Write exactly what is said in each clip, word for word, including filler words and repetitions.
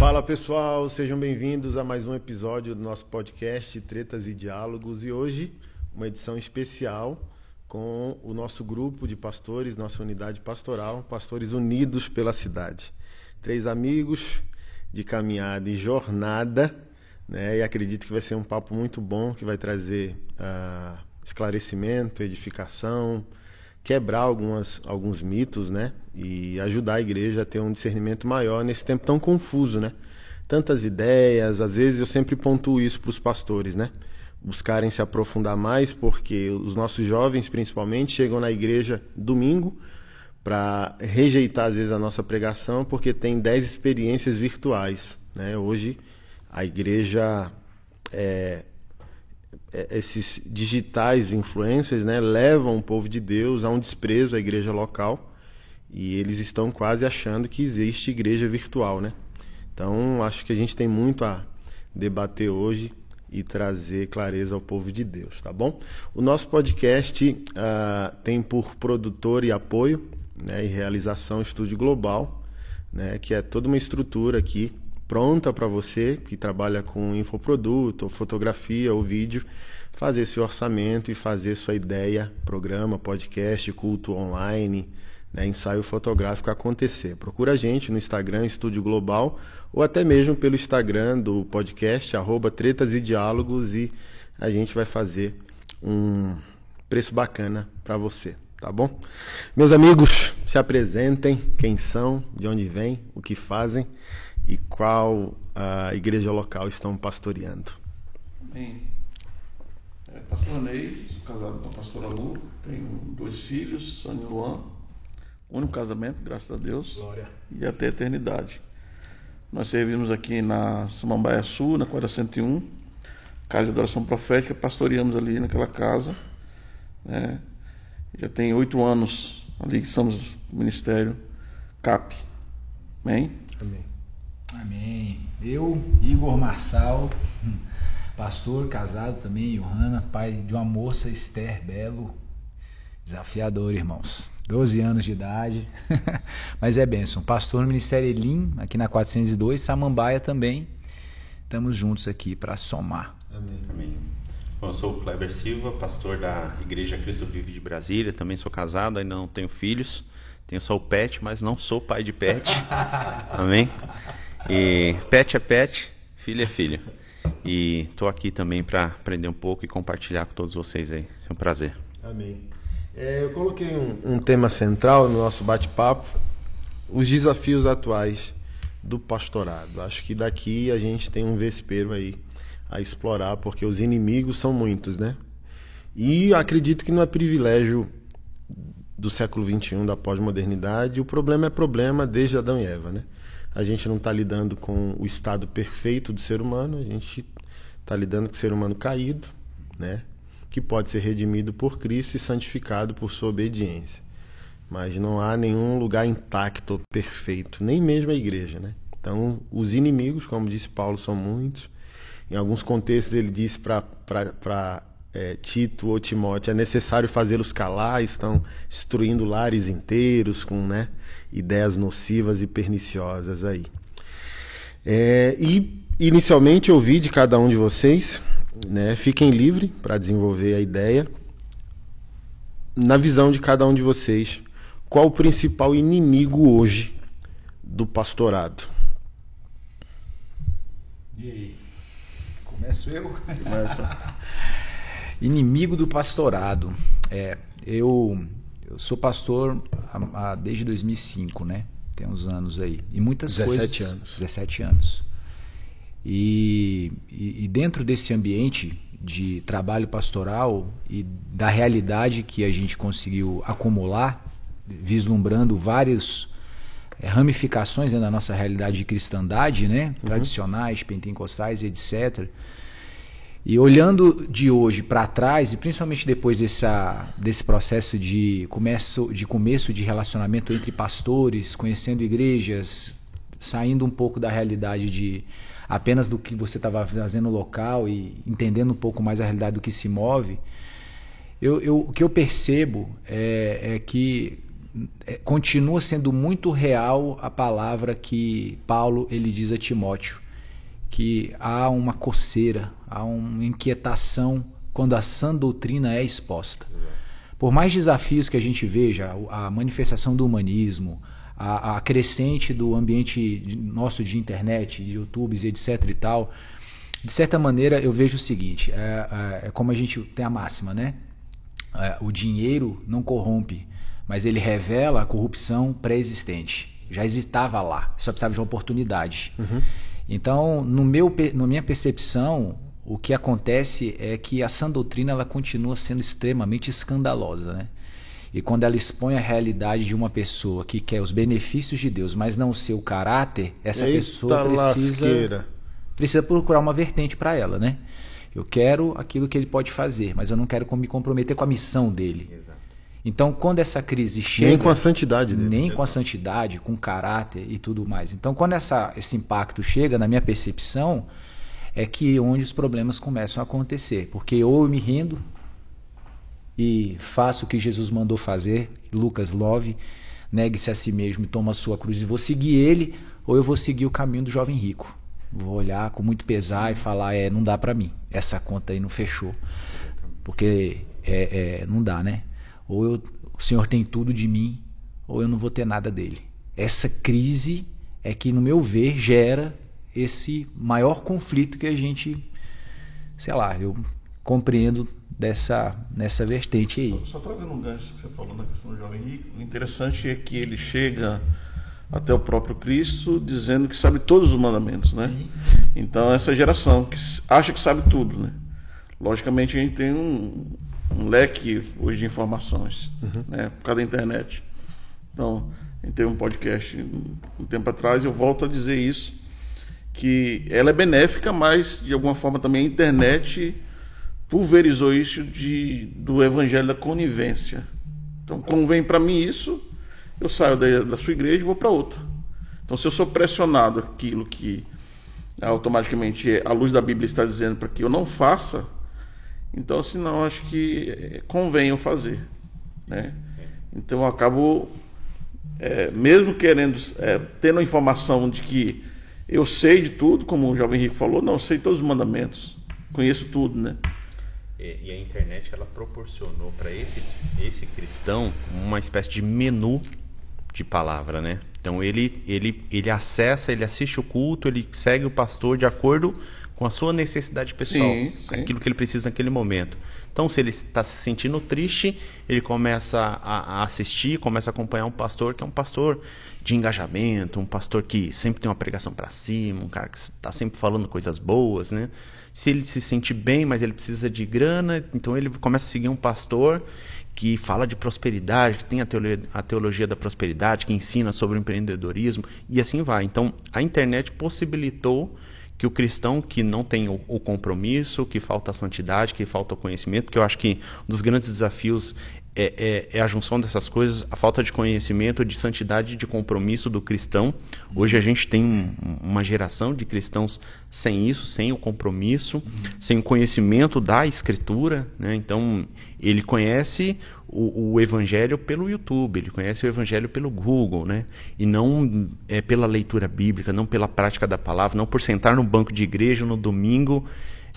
Fala pessoal, sejam bem-vindos a mais um episódio do nosso podcast Tretas e Diálogos, e hoje uma edição especial com o nosso grupo de pastores, nossa unidade pastoral, Pastores Unidos pela Cidade. Três amigos de caminhada e jornada, né? E acredito que vai ser um papo muito bom, que vai trazer uh, esclarecimento, edificação, quebrar algumas, alguns mitos, né? E ajudar a igreja a ter um discernimento maior nesse tempo tão confuso, né? Tantas ideias, às vezes eu sempre pontuo isso para os pastores, né? Buscarem se aprofundar mais, porque os nossos jovens, principalmente, chegam na igreja domingo para rejeitar, às vezes, a nossa pregação, porque tem dez experiências virtuais, né? Hoje, a igreja... É, esses digitais influencers, né, levam o povo de Deus a um desprezo à igreja local, e eles estão quase achando que existe igreja virtual, né? Então acho que a gente tem muito a debater hoje e trazer clareza ao povo de Deus, tá bom? O nosso podcast uh, tem por produtor e apoio, né, e realização Estúdio Global, né, que é toda uma estrutura aqui pronta para você que trabalha com infoproduto, ou fotografia ou vídeo, fazer esse orçamento e fazer sua ideia, programa, podcast, culto online, né, ensaio fotográfico acontecer. Procura a gente no Instagram, Estúdio Global, ou até mesmo pelo Instagram do podcast, arroba Tretas e Diálogos, e a gente vai fazer um preço bacana para você, tá bom? Meus amigos, se apresentem, quem são, de onde vêm, o que fazem e qual a igreja local estão pastoreando. Bem, é, pastor Ney, sou casado com a pastora Lu, tenho dois filhos, Sânia e Luan, único casamento, graças a Deus. Glória. E até a eternidade. Nós servimos aqui na Samambaia Sul, na quadra cento e um, casa de adoração profética, pastoreamos ali naquela casa, né? Já tem oito anos ali que estamos no ministério C A P. Amém? Amém. Amém. Eu, Igor Marçal, pastor, casado também, Johanna, pai de uma moça, Esther Belo. Desafiador, irmãos. doze anos de idade, mas é bênção. Pastor no Ministério Elim, aqui na quatrocentos e dois, Samambaia também. Estamos juntos aqui para somar. Amém. Amém. Bom, eu sou o Kleber Silva, pastor da Igreja Cristo Vive de Brasília. Também sou casado, ainda não tenho filhos. Tenho só o pet, mas não sou pai de pet. Amém? E pet é pet, filho é filho. E estou aqui também para aprender um pouco e compartilhar com todos vocês aí. É um prazer. Amém. É, eu coloquei um, um tema central no nosso bate-papo, os desafios atuais do pastorado. Acho que daqui a gente tem um vespeiro aí a explorar, porque os inimigos são muitos, né? E acredito que não é privilégio do século vinte e um, da pós-modernidade. O problema é problema desde Adão e Eva, né? A gente não está lidando com o estado perfeito do ser humano, a gente está lidando com o ser humano caído, né? Que pode ser redimido por Cristo e santificado por sua obediência. Mas não há nenhum lugar intacto, perfeito, nem mesmo a igreja, né? Então, os inimigos, como disse Paulo, são muitos. Em alguns contextos ele disse para é, Tito ou Timóteo, é necessário fazê-los calar, estão destruindo lares inteiros com, né, ideias nocivas e perniciosas aí. É, e inicialmente eu ouvi de cada um de vocês, né, fiquem livres para desenvolver a ideia. Na visão de cada um de vocês, qual o principal inimigo hoje do pastorado? E aí? Começo eu? Começa. Inimigo do pastorado. É, eu, eu sou pastor há, há, desde dois mil e cinco, né? Tem uns anos aí. E muitas dezessete coisas. anos. dezessete anos. E, e, e dentro desse ambiente de trabalho pastoral e da realidade que a gente conseguiu acumular, vislumbrando várias é, ramificações, né, da nossa realidade de cristandade, né? Uhum. Tradicionais, pentecostais, etcétera. E olhando de hoje para trás, e principalmente depois dessa, desse processo de começo, de começo de relacionamento entre pastores, conhecendo igrejas, saindo um pouco da realidade de apenas do que você estava fazendo no local e entendendo um pouco mais a realidade do que se move, eu, eu, o que eu percebo é, é que é, continua sendo muito real a palavra que Paulo ele diz a Timóteo, que há uma coceira, há uma inquietação quando a sã doutrina é exposta. Por mais desafios que a gente veja, a manifestação do humanismo, a, a crescente do ambiente nosso de internet, de YouTubes, etc e tal, de certa maneira eu vejo o seguinte, é, é, é como a gente tem a máxima, né? É, o dinheiro não corrompe, mas ele revela a corrupção pré-existente. Já estava lá, só precisava de uma oportunidade. Uhum. Então, no meu, na minha percepção, o que acontece é que a sã doutrina ela continua sendo extremamente escandalosa, né? E quando ela expõe a realidade de uma pessoa que quer os benefícios de Deus, mas não o seu caráter, essa Eita pessoa precisa, lasqueira. precisa procurar uma vertente para ela, né? Eu quero aquilo que ele pode fazer, mas eu não quero me comprometer com a missão dele. Exato. Então, quando essa crise chega... Nem com a santidade dele. Nem com a santidade, com caráter e tudo mais. Então, quando essa, esse impacto chega, na minha percepção, é que onde os problemas começam a acontecer. Porque ou eu me rendo e faço o que Jesus mandou fazer, Lucas nove, negue-se a si mesmo e toma a sua cruz e vou seguir ele, ou eu vou seguir o caminho do jovem rico. Vou olhar com muito pesar e falar, é, não dá para mim, essa conta aí não fechou, porque é, é, não dá, né? Ou eu, o Senhor tem tudo de mim, ou eu não vou ter nada dele. Essa crise é que, no meu ver, gera esse maior conflito que a gente, sei lá, eu compreendo dessa, nessa vertente aí. Só, só trazendo um gancho que você falou na questão do jovem rico, o interessante é que ele chega até o próprio Cristo dizendo que sabe todos os mandamentos, né? Sim. Então essa geração que acha que sabe tudo, né? Logicamente a gente tem um, um leque hoje de informações, uhum. né? Por causa da internet. Então a gente teve um podcast um tempo atrás e eu volto a dizer isso, que ela é benéfica, mas de alguma forma também a internet pulverizou isso de, do evangelho da conivência. Então, como vem para mim isso, eu saio da, da sua igreja e vou para outra. Então, se eu sou pressionado aquilo que automaticamente a luz da Bíblia está dizendo para que eu não faça, então, assim, não, acho que convém eu fazer, né? Então, eu acabo, é, mesmo querendo, é, tendo a informação de que eu sei de tudo, como o jovem rico falou, não, eu sei todos os mandamentos, conheço tudo, né? E a internet ela proporcionou para esse, esse cristão uma espécie de menu de palavra, né? Então ele, ele, ele acessa, ele assiste o culto, ele segue o pastor de acordo com a sua necessidade pessoal, sim, sim. aquilo que ele precisa naquele momento. Então, se ele está se sentindo triste, ele começa a, a assistir, começa a acompanhar um pastor que é um pastor de engajamento, um pastor que sempre tem uma pregação para cima, um cara que está sempre falando coisas boas, né? Se ele se sente bem, mas ele precisa de grana, então ele começa a seguir um pastor que fala de prosperidade, que tem a teologia, a teologia da prosperidade, que ensina sobre o empreendedorismo, e assim vai. Então, a internet possibilitou que o cristão que não tem o, o compromisso, que falta a santidade, que falta o conhecimento, porque eu acho que um dos grandes desafios é, é, é a junção dessas coisas, a falta de conhecimento, de santidade e de compromisso do cristão. Hoje a gente tem um, uma geração de cristãos sem isso, sem o compromisso, uhum. sem o conhecimento da Escritura, né? Então, ele conhece o, o Evangelho pelo YouTube, ele conhece o Evangelho pelo Google, né? E não é, pela leitura bíblica, não pela prática da palavra, não por sentar no banco de igreja no domingo,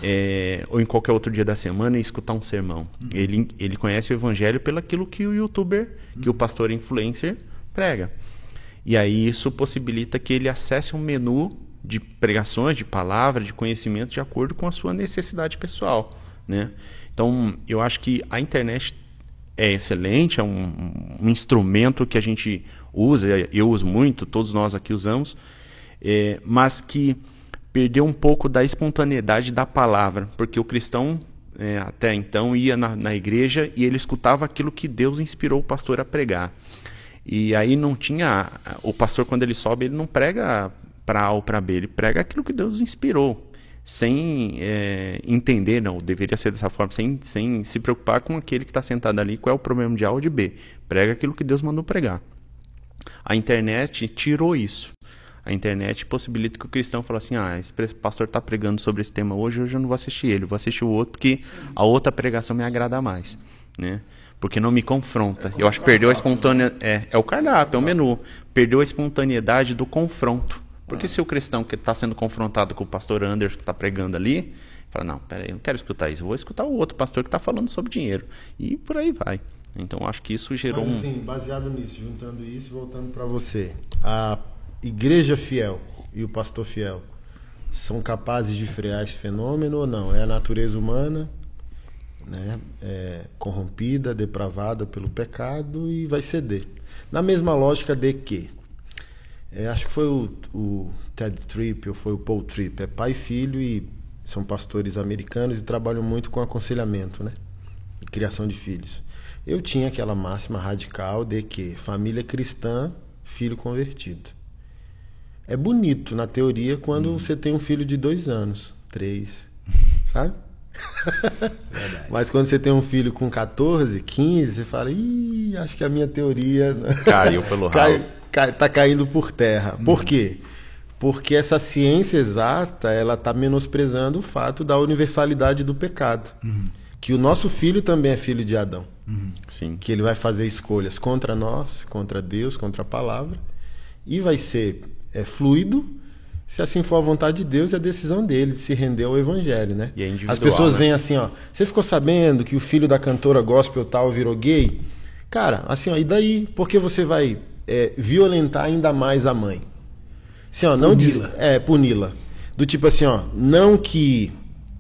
É, ou em qualquer outro dia da semana e escutar um sermão. Uhum. Ele, ele conhece o evangelho pelo aquilo que o youtuber, uhum. que o pastor influencer prega. E aí isso possibilita que ele acesse um menu de pregações, de palavra, de conhecimento de acordo com a sua necessidade pessoal, né? Então, eu acho que a internet é excelente, é um, um instrumento que a gente usa, eu uso muito, todos nós aqui usamos, é, mas que perdeu um pouco da espontaneidade da palavra, porque o cristão é, até então ia na, na igreja e ele escutava aquilo que Deus inspirou o pastor a pregar. E aí não tinha... O pastor, quando ele sobe, ele não prega para A ou para B, ele prega aquilo que Deus inspirou, sem é, entender, não, deveria ser dessa forma, sem, sem se preocupar com aquele que está sentado ali, qual é o problema de A ou de B. Prega aquilo que Deus mandou pregar. A internet tirou isso. A internet possibilita que o cristão fale assim, ah, esse pastor está pregando sobre esse tema hoje, hoje eu não vou assistir ele, eu vou assistir o outro porque a outra pregação me agrada mais. né? Porque não me confronta. Eu acho que perdeu a espontaneidade. É, é o cardápio, é o menu. Perdeu a espontaneidade do confronto. Porque se o cristão que está sendo confrontado com o pastor Anderson que está pregando ali, fala, não, peraí, eu não quero escutar isso. Eu vou escutar o outro pastor que está falando sobre dinheiro. E por aí vai. Então, acho que isso gerou Mas, um... assim, baseado nisso, juntando isso, voltando para você. A igreja fiel e o pastor fiel são capazes de frear esse fenômeno ou não? É a natureza humana, né? É corrompida, depravada pelo pecado e vai ceder. Na mesma lógica de que, é, acho que foi o, o Ted Tripp ou foi o Paul Tripp, é pai e filho e são pastores americanos e trabalham muito com aconselhamento, né? E criação de filhos. Eu tinha aquela máxima radical de que família cristã, filho convertido. É bonito na teoria quando hum. você tem um filho de dois anos, três, sabe? Mas quando você tem um filho com catorze, quinze, você fala, ih, acho que a minha teoria caiu pelo ralo. Cai, tá caindo por terra. Hum. Por quê? Porque essa ciência exata, ela tá menosprezando o fato da universalidade do pecado. Hum. Que o nosso filho também é filho de Adão. Uhum. Sim. Que ele vai fazer escolhas contra nós, contra Deus, contra a palavra. E vai ser é, fluido, se assim for a vontade de Deus, é a decisão dele de se render ao evangelho, né? E é individual, as pessoas né? veem assim, ó. Você ficou sabendo que o filho da cantora gospel tal virou gay? Cara, assim, ó, e daí? Por que você vai é, violentar ainda mais a mãe? Assim, ó, não puni-la. Diz, é, puni-la. Do tipo assim, ó, não que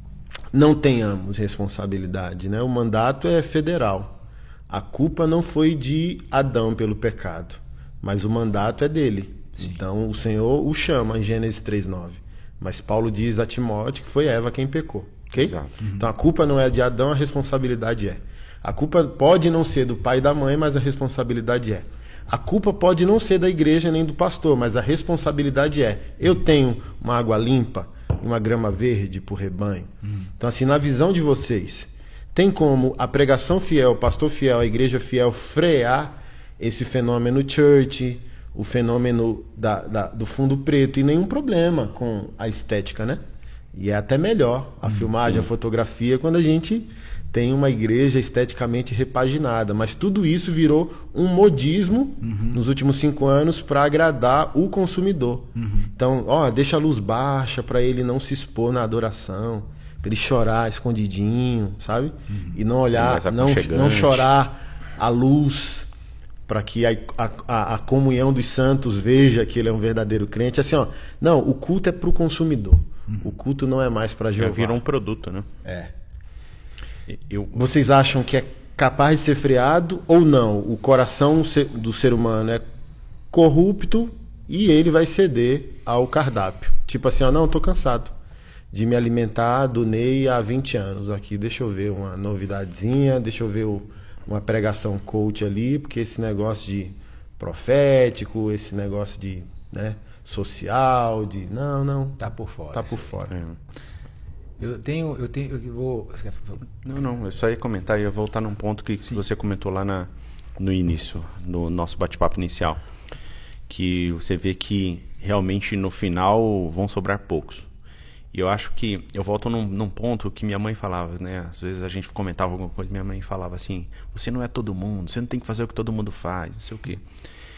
não tenhamos responsabilidade, né? O mandato é federal. A culpa não foi de Adão pelo pecado, mas o mandato é dele. Sim. Então o Senhor o chama em Gênesis três, nove. Mas Paulo diz a Timóteo que foi Eva quem pecou. Okay? Exato. Uhum. Então a culpa não é de Adão, a responsabilidade é. A culpa pode não ser do pai e da mãe, mas a responsabilidade é. A culpa pode não ser da igreja nem do pastor, mas a responsabilidade é. Eu tenho uma água limpa, uma grama verde pro rebanho. Uhum. Então assim, na visão de vocês, tem como a pregação fiel, o pastor fiel, a igreja fiel frear esse fenômeno church, o fenômeno da, da, do fundo preto, e nenhum problema com a estética, né? E é até melhor a hum, filmagem, sim. a fotografia, quando a gente tem uma igreja esteticamente repaginada. Mas tudo isso virou um modismo uhum. nos últimos cinco anos para agradar o consumidor. Uhum. Então, ó, deixa a luz baixa para ele não se expor na adoração, para ele chorar escondidinho, sabe? Uhum. E não olhar, não, não chorar a luz, para que a, a, a comunhão dos santos veja que ele é um verdadeiro crente. Assim, ó, não, o culto é para o consumidor. Hum. O culto não é mais para Jeová. Já virou um produto, né? É. Eu... Vocês acham que é capaz de ser freado ou não? O coração do ser humano é corrupto e ele vai ceder ao cardápio. Tipo assim, ó, não, tô cansado de me alimentar do Ney há vinte anos aqui. Deixa eu ver uma novidadezinha, deixa eu ver o... uma pregação coach ali, porque esse negócio de profético, esse negócio de, né, social, de não, não, tá por fora. Tá por fora. É. Eu tenho, eu tenho, eu vou. Não, não, eu só ia comentar, ia voltar num ponto que Sim. você comentou lá na, no início, no nosso bate-papo inicial, que você vê que realmente no final vão sobrar poucos. E eu acho que eu volto num, num ponto que minha mãe falava, né? Às vezes a gente comentava alguma coisa, minha mãe falava assim: você não é todo mundo, você não tem que fazer o que todo mundo faz, não sei o quê.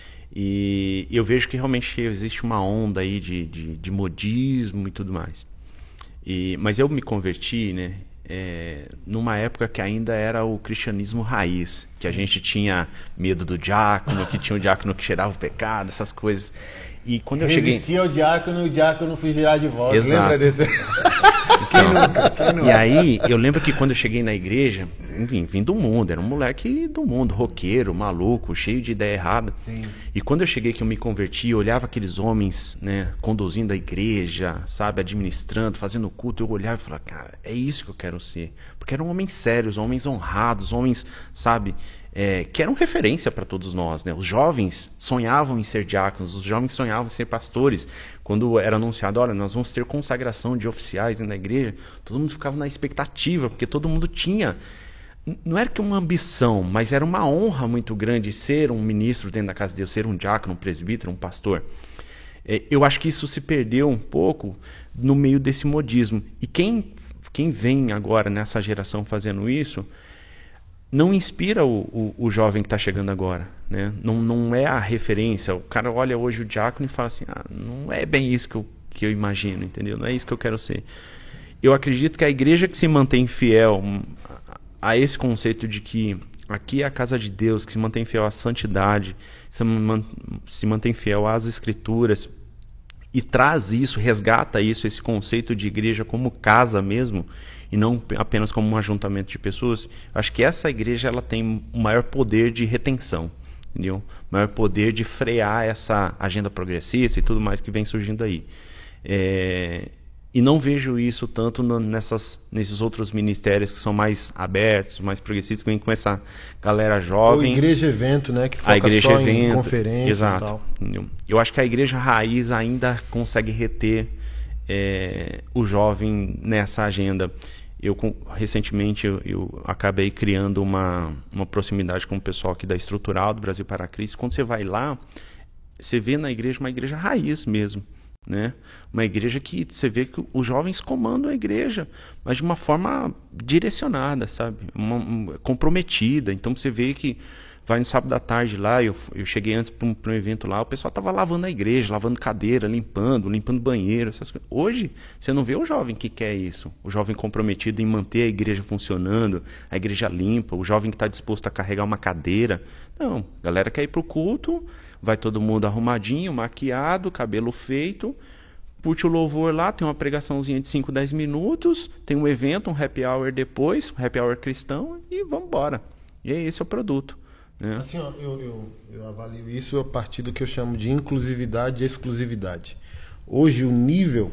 E eu vejo que realmente existe uma onda aí de, de, de modismo e tudo mais. E, mas eu me converti, né? É, numa época que ainda era o cristianismo raiz, que a gente tinha medo do diácono, que tinha o diácono que cheirava o pecado, essas coisas. E quando eu Resistia cheguei... ao diácono e o diácono fui girar de volta. Exato. Lembra desse? Quem nunca? Quem nunca? E aí, eu lembro que quando eu cheguei na igreja, enfim, vim do mundo, era um moleque do mundo, roqueiro, maluco, cheio de ideia errada. Sim. E quando eu cheguei que eu me converti, eu olhava aqueles homens, né, conduzindo a igreja, sabe, administrando, fazendo culto, eu olhava e falava, cara, é isso que eu quero ser. Porque eram homens sérios, homens honrados, homens, sabe, é, que eram referência para todos nós, né? Os jovens sonhavam em ser diáconos, os jovens sonhavam em ser pastores. Quando era anunciado, olha, nós vamos ter consagração de oficiais na igreja, todo mundo ficava na expectativa, porque todo mundo tinha, não era que uma ambição, mas era uma honra muito grande ser um ministro dentro da casa de Deus, ser um diácono, um presbítero, um pastor. É, eu acho que isso se perdeu um pouco no meio desse modismo. E quem, quem vem agora nessa geração fazendo isso, não inspira o, o, o jovem que está chegando agora, né? Não, não é a referência. O cara olha hoje o diácono e fala assim, ah, não é bem isso que eu, que eu imagino, entendeu? Não é isso que eu quero ser. Eu acredito que a igreja que se mantém fiel a esse conceito de que aqui é a casa de Deus, que se mantém fiel à santidade, se mantém fiel às escrituras e traz isso, resgata isso, esse conceito de igreja como casa mesmo, e não apenas como um ajuntamento de pessoas, acho que essa igreja ela tem o maior poder de retenção, entendeu? O maior poder de frear essa agenda progressista e tudo mais que vem surgindo aí. É... E não vejo isso tanto no, nessas, nesses outros ministérios que são mais abertos, mais progressistas, que vem com essa galera jovem. Ou igreja evento, né? Que foca a igreja só evento, em conferências exato, e tal. Entendeu? Eu acho que a igreja raiz ainda consegue reter é, o jovem nessa agenda. Eu, recentemente, eu, eu acabei criando uma, uma proximidade com o pessoal aqui da Estrutural, do Brasil para Cristo. Quando você vai lá, você vê na igreja uma igreja raiz mesmo. Né? Uma igreja que você vê que os jovens comandam a igreja, mas de uma forma direcionada, sabe? Uma, uma, comprometida. Então você vê que vai no sábado à tarde lá, eu, eu cheguei antes para um, um evento lá, o pessoal estava lavando a igreja, lavando cadeira, limpando, limpando banheiro, essas coisas. Hoje você não vê o jovem que quer isso, o jovem comprometido em manter a igreja funcionando, a igreja limpa, o jovem que está disposto a carregar uma cadeira. Não, a galera quer ir para o culto, vai todo mundo arrumadinho, maquiado, cabelo feito, curte o louvor lá, tem uma pregaçãozinha de cinco, dez minutos, tem um evento, um happy hour depois, um happy hour cristão, e vamos embora. E é esse o produto. Né? Assim, ó, eu, eu, eu avalio isso a partir do que eu chamo de inclusividade e exclusividade. Hoje o nível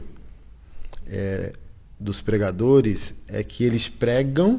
é, dos pregadores é que eles pregam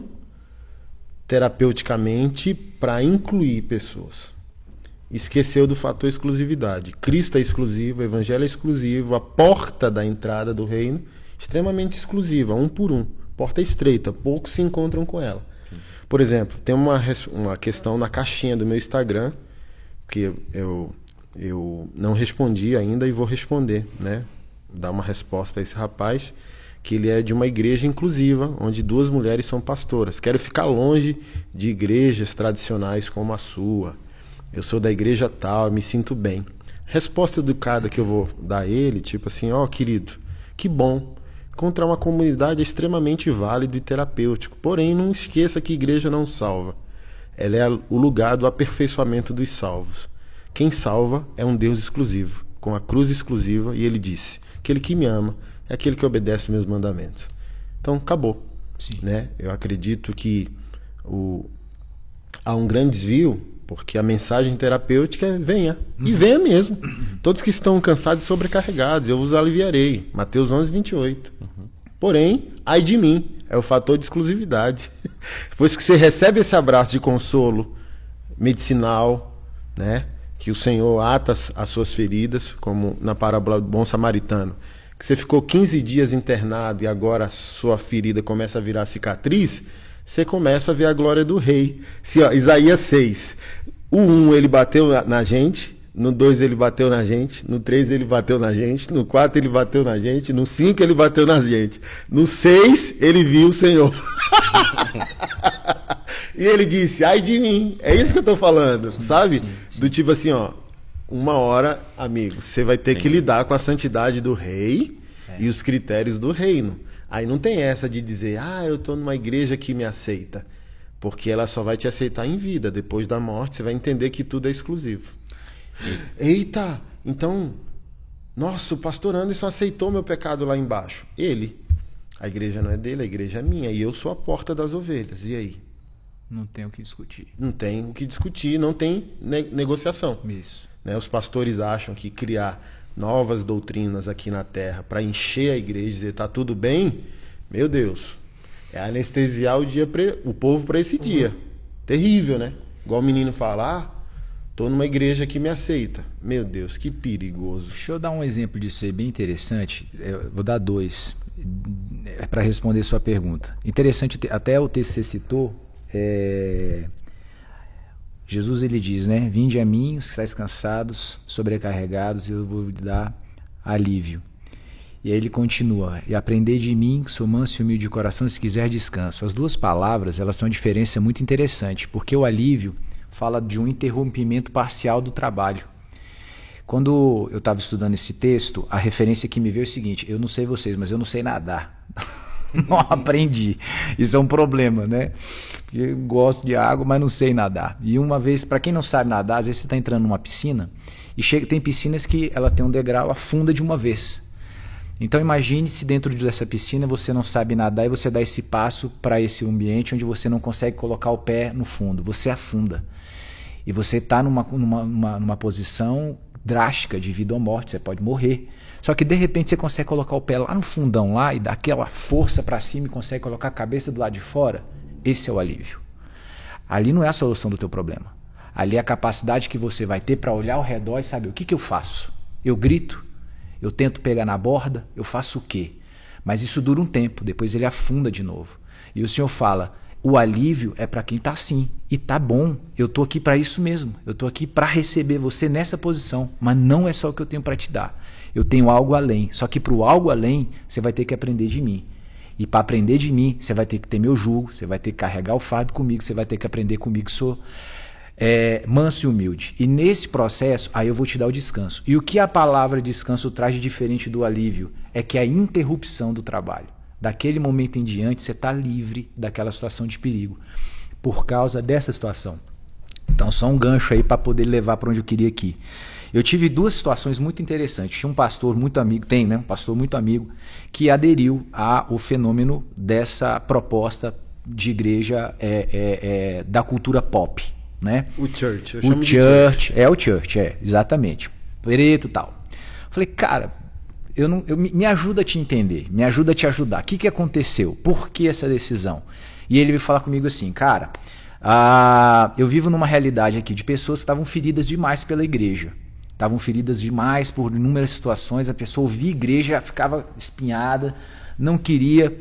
terapeuticamente para incluir pessoas. Esqueceu do fator exclusividade. Cristo é exclusivo, o evangelho é exclusivo, a porta da entrada do reino extremamente exclusiva, um por um. Porta estreita, poucos se encontram com ela. Por exemplo, tem uma, uma questão na caixinha do meu Instagram que eu, eu não respondi ainda e vou responder, né? Dar uma resposta a esse rapaz, que ele é de uma igreja inclusiva, onde duas mulheres são pastoras. Quero ficar longe de igrejas tradicionais como a sua. Eu sou da igreja tal, eu me sinto bem. Resposta educada que eu vou dar a ele, tipo assim, ó, oh, querido, que bom. Encontrar uma comunidade é extremamente válido e terapêutico. Porém, não esqueça que igreja não salva. Ela é o lugar do aperfeiçoamento dos salvos. Quem salva é um Deus exclusivo, com a cruz exclusiva, e ele disse, aquele que me ama é aquele que obedece meus mandamentos. Então, acabou. Sim. Né? Eu acredito que o... há um grande desvio, porque a mensagem terapêutica é venha, e venha mesmo. Todos que estão cansados e sobrecarregados, eu vos aliviarei. Mateus onze, vinte e oito. Uhum. Porém, ai de mim, é o fator de exclusividade. Depois que você recebe esse abraço de consolo medicinal, né, que o Senhor ata as suas feridas, como na parábola do bom samaritano, que você ficou quinze dias internado e agora a sua ferida começa a virar cicatriz, você começa a ver a glória do rei. Se, ó, Isaías seis. O um ele bateu na, na gente, no dois ele bateu na gente, no três ele bateu na gente, no quatro ele bateu na gente, no cinco ele bateu na gente, no seis ele viu o Senhor. E ele disse, ai de mim. É isso que eu tô falando, sim, sabe? Sim, sim. Do tipo assim, ó, uma hora, amigo, você vai ter sim. que lidar com a santidade do rei é. e os critérios do reino. Aí não tem essa de dizer, ah, eu estou numa igreja que me aceita. Porque ela só vai te aceitar em vida. Depois da morte, você vai entender que tudo é exclusivo. Eita, então, nossa, o pastor Anderson aceitou meu pecado lá embaixo. Ele. A igreja não é dele, a igreja é minha. E eu sou a porta das ovelhas. E aí? Não tem o que discutir. Não tem o que discutir, não tem ne- negociação. Isso. Né? Os pastores acham que criar novas doutrinas aqui na Terra para encher a igreja e dizer tá tudo bem, meu Deus, é anestesiar o, dia pre... o povo para esse dia. Uhum. Terrível, né? Igual o menino fala, ah, tô numa igreja que me aceita. Meu Deus, que perigoso. Deixa eu dar um exemplo disso aí bem interessante. Eu vou dar dois para responder sua pergunta. Interessante, até o texto que você citou, é... Jesus ele diz, né? Vinde a mim, os que estáis cansados, sobrecarregados, e eu vou lhe dar alívio. E aí ele continua, e aprender de mim, que sou manso e humilde de coração, se quiser descanso. As duas palavras, elas têm uma diferença muito interessante, porque o alívio fala de um interrompimento parcial do trabalho. Quando eu estava estudando esse texto, a referência que me veio é o seguinte, eu não sei vocês, mas eu não sei nadar. Não aprendi. Isso é um problema, né? Eu gosto de água, mas não sei nadar. E uma vez, para quem não sabe nadar, às vezes você está entrando numa piscina e chega, tem piscinas que ela tem um degrau, afunda de uma vez. Então imagine se dentro dessa piscina você não sabe nadar e você dá esse passo para esse ambiente onde você não consegue colocar o pé no fundo. Você afunda. E você está numa, numa, numa, numa posição drástica de vida ou morte, você pode morrer. Só que de repente você consegue colocar o pé lá no fundão lá e dar aquela força para cima e consegue colocar a cabeça do lado de fora. Esse é o alívio. Ali não é a solução do teu problema. Ali é a capacidade que você vai ter para olhar ao redor e saber o que, que eu faço. Eu grito, eu tento pegar na borda, eu faço o quê? Mas isso dura um tempo, depois ele afunda de novo. E o Senhor fala, o alívio é para quem está assim. E tá bom, eu estou aqui para isso mesmo. Eu estou aqui para receber você nessa posição. Mas não é só o que eu tenho para te dar. Eu tenho algo além. Só que para o algo além, você vai ter que aprender de mim. E para aprender de mim, você vai ter que ter meu jugo, você vai ter que carregar o fardo comigo, você vai ter que aprender comigo que sou é, manso e humilde. E nesse processo, aí eu vou te dar o descanso. E o que a palavra descanso traz de diferente do alívio é que a interrupção do trabalho. Daquele momento em diante, você está livre daquela situação de perigo por causa dessa situação. Então, só um gancho aí para poder levar para onde eu queria aqui. Eu tive duas situações muito interessantes. Tinha um pastor muito amigo, tem, né? Um pastor muito amigo que aderiu ao fenômeno dessa proposta de igreja é, é, é, da cultura pop, né? O church. Eu o chamo church, de church. é o church, é, exatamente. Preto e tal. Falei, cara, eu não, eu, me ajuda a te entender, me ajuda a te ajudar. O que, que aconteceu? Por que essa decisão? E ele veio falar comigo assim, cara, ah, eu vivo numa realidade aqui de pessoas que estavam feridas demais pela igreja. Estavam feridas demais por inúmeras situações. A pessoa ouvia a igreja, ficava espinhada, não queria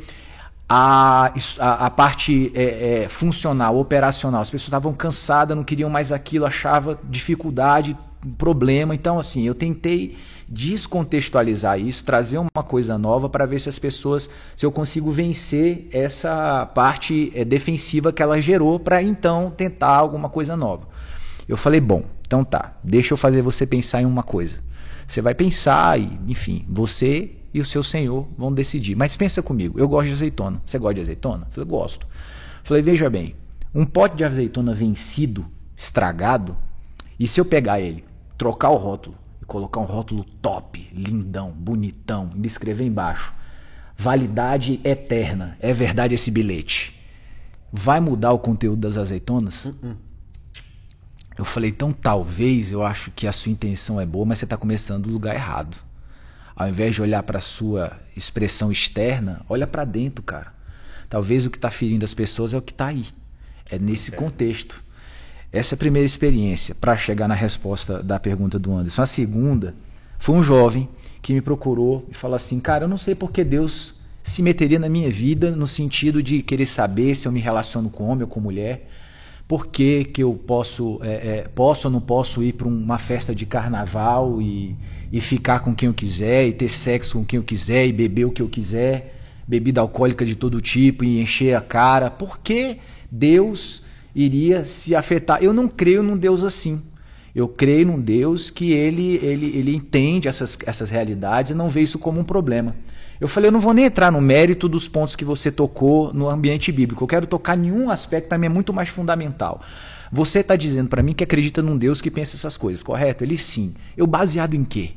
a, a, a parte é, é, funcional, operacional. As pessoas estavam cansadas, não queriam mais aquilo, achava dificuldade, problema. Então, assim, eu tentei descontextualizar isso, trazer uma coisa nova para ver se as pessoas, se eu consigo vencer essa parte é, defensiva que ela gerou para então tentar alguma coisa nova. Eu falei, bom, então tá, deixa eu fazer você pensar em uma coisa. Você vai pensar e, enfim, você e o seu Senhor vão decidir. Mas pensa comigo, eu gosto de azeitona. Você gosta de azeitona? Eu falei, gosto. Eu falei, veja bem, um pote de azeitona vencido, estragado, e se eu pegar ele, trocar o rótulo, e colocar um rótulo top, lindão, bonitão, e escrever embaixo, validade eterna, é verdade esse bilhete, vai mudar o conteúdo das azeitonas? Uh-uh. Eu falei, então talvez eu acho que a sua intenção é boa, mas você está começando do lugar errado. Ao invés de olhar para a sua expressão externa, olha para dentro, cara. Talvez o que está ferindo as pessoas é o que está aí. É nesse contexto. Essa é a primeira experiência para chegar na resposta da pergunta do Anderson. A segunda foi um jovem que me procurou e falou assim, cara, eu não sei por que Deus se meteria na minha vida no sentido de querer saber se eu me relaciono com homem ou com mulher. Por que, que eu posso, é, é, posso ou não posso ir para uma festa de carnaval e, e ficar com quem eu quiser, e ter sexo com quem eu quiser, e beber o que eu quiser, bebida alcoólica de todo tipo, e encher a cara? Por que Deus iria se afetar? Eu não creio num Deus assim. Eu creio num Deus que ele, ele, ele entende essas, essas realidades e não vê isso como um problema. Eu falei, eu não vou nem entrar no mérito dos pontos que você tocou no ambiente bíblico. Eu quero tocar em um aspecto, para mim é muito mais fundamental. Você está dizendo para mim que acredita num Deus que pensa essas coisas, correto? Ele sim. Eu baseado em quê?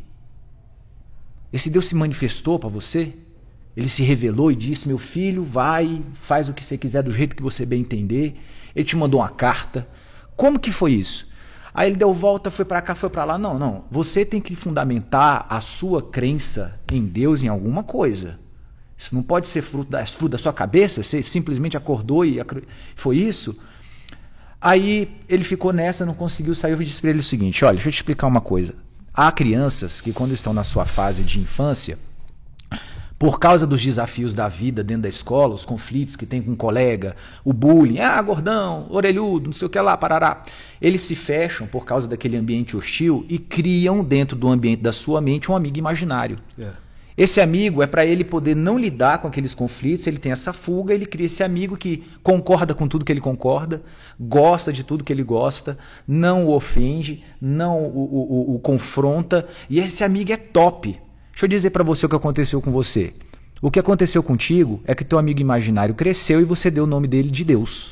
Esse Deus se manifestou para você? Ele se revelou e disse, meu filho, vai, faz o que você quiser do jeito que você bem entender. Ele te mandou uma carta. Como que foi isso? Aí ele deu volta, foi para cá, foi para lá. Não, não. Você tem que fundamentar a sua crença em Deus em alguma coisa. Isso não pode ser fruto da, fruto da sua cabeça. Você simplesmente acordou e foi isso. Aí ele ficou nessa, não conseguiu sair. Eu disse para ele o seguinte, olha, deixa eu te explicar uma coisa. Há crianças que quando estão na sua fase de infância, por causa dos desafios da vida dentro da escola, os conflitos que tem com um colega, o bullying, ah, gordão, orelhudo, não sei o que lá, parará. Eles se fecham por causa daquele ambiente hostil e criam dentro do ambiente da sua mente um amigo imaginário. Yeah. Esse amigo é para ele poder não lidar com aqueles conflitos, ele tem essa fuga, ele cria esse amigo que concorda com tudo que ele concorda, gosta de tudo que ele gosta, não o ofende, não o, o, o, o confronta, e esse amigo é top. Deixa eu dizer para você o que aconteceu com você. O que aconteceu contigo é que teu amigo imaginário cresceu e você deu o nome dele de Deus.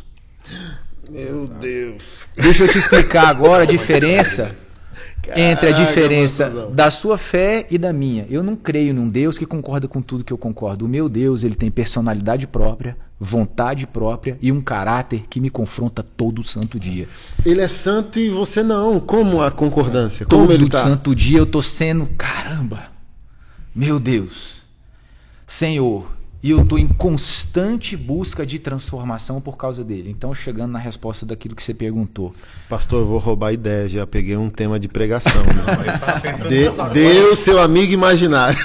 Meu Deus. Deixa eu te explicar agora a diferença entre a diferença da sua fé e da minha. Eu não creio num Deus que concorda com tudo que eu concordo. O meu Deus, ele tem personalidade própria, vontade própria e um caráter que me confronta todo santo dia. Ele é santo e você não. Como a concordância? Como Todo ele tá? santo dia eu tô sendo, caramba, meu Deus, Senhor, e eu tô em constante busca de transformação por causa dele. Então, chegando na resposta daquilo que você perguntou. Pastor, eu vou roubar a ideia, já peguei um tema de pregação. Né? De, Deus, seu amigo imaginário.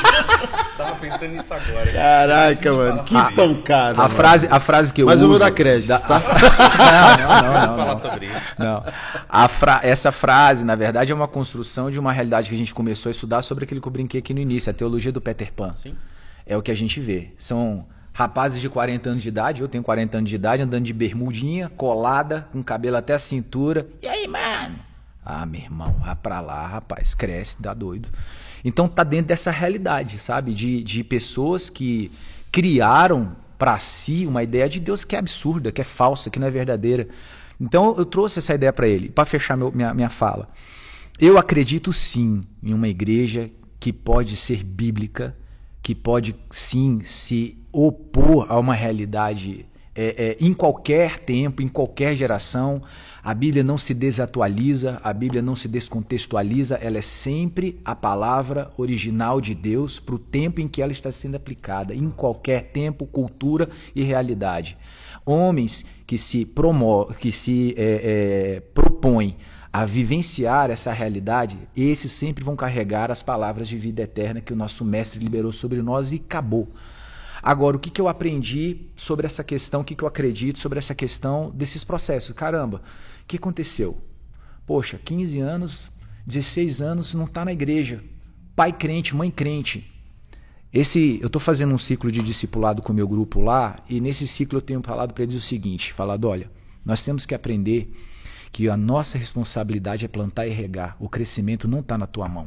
Tava pensando nisso agora. Caraca, mano, que pancada. A mano. frase, a frase que eu Mas uso... eu vou dar crédito, da, tá? a, não, não, não, não, falar não. sobre isso. Não. A fra, essa frase, na verdade, é uma construção de uma realidade que a gente começou a estudar sobre aquilo que eu brinquei aqui no início, a teologia do Peter Pan. Sim. É o que a gente vê. São rapazes de quarenta anos de idade, eu tenho quarenta anos de idade, andando de bermudinha, colada, com cabelo até a cintura. E aí, mano? Ah, meu irmão, vai pra lá, rapaz, cresce, dá doido. Então tá dentro dessa realidade, sabe? De, de pessoas que criaram para si uma ideia de Deus que é absurda, que é falsa, que não é verdadeira. Então eu trouxe essa ideia para ele. Para fechar meu, minha, minha fala, eu acredito sim em uma igreja que pode ser bíblica, que pode sim se opor a uma realidade é, é, em qualquer tempo, em qualquer geração. A Bíblia não se desatualiza, a Bíblia não se descontextualiza, ela é sempre a palavra original de Deus para o tempo em que ela está sendo aplicada, em qualquer tempo, cultura e realidade. Homens que se, promo que se é, é, propõem a vivenciar essa realidade, esses sempre vão carregar as palavras de vida eterna que o nosso mestre liberou sobre nós e acabou. Agora, o que, que eu aprendi sobre essa questão, o que, que eu acredito sobre essa questão desses processos? Caramba, o que aconteceu? Poxa, quinze anos, dezesseis anos, não está na igreja. Pai crente, mãe crente. Esse, eu estou fazendo um ciclo de discipulado com o meu grupo lá, e nesse ciclo eu tenho falado para eles o seguinte, falado, olha, nós temos que aprender que a nossa responsabilidade é plantar e regar. O crescimento não está na tua mão.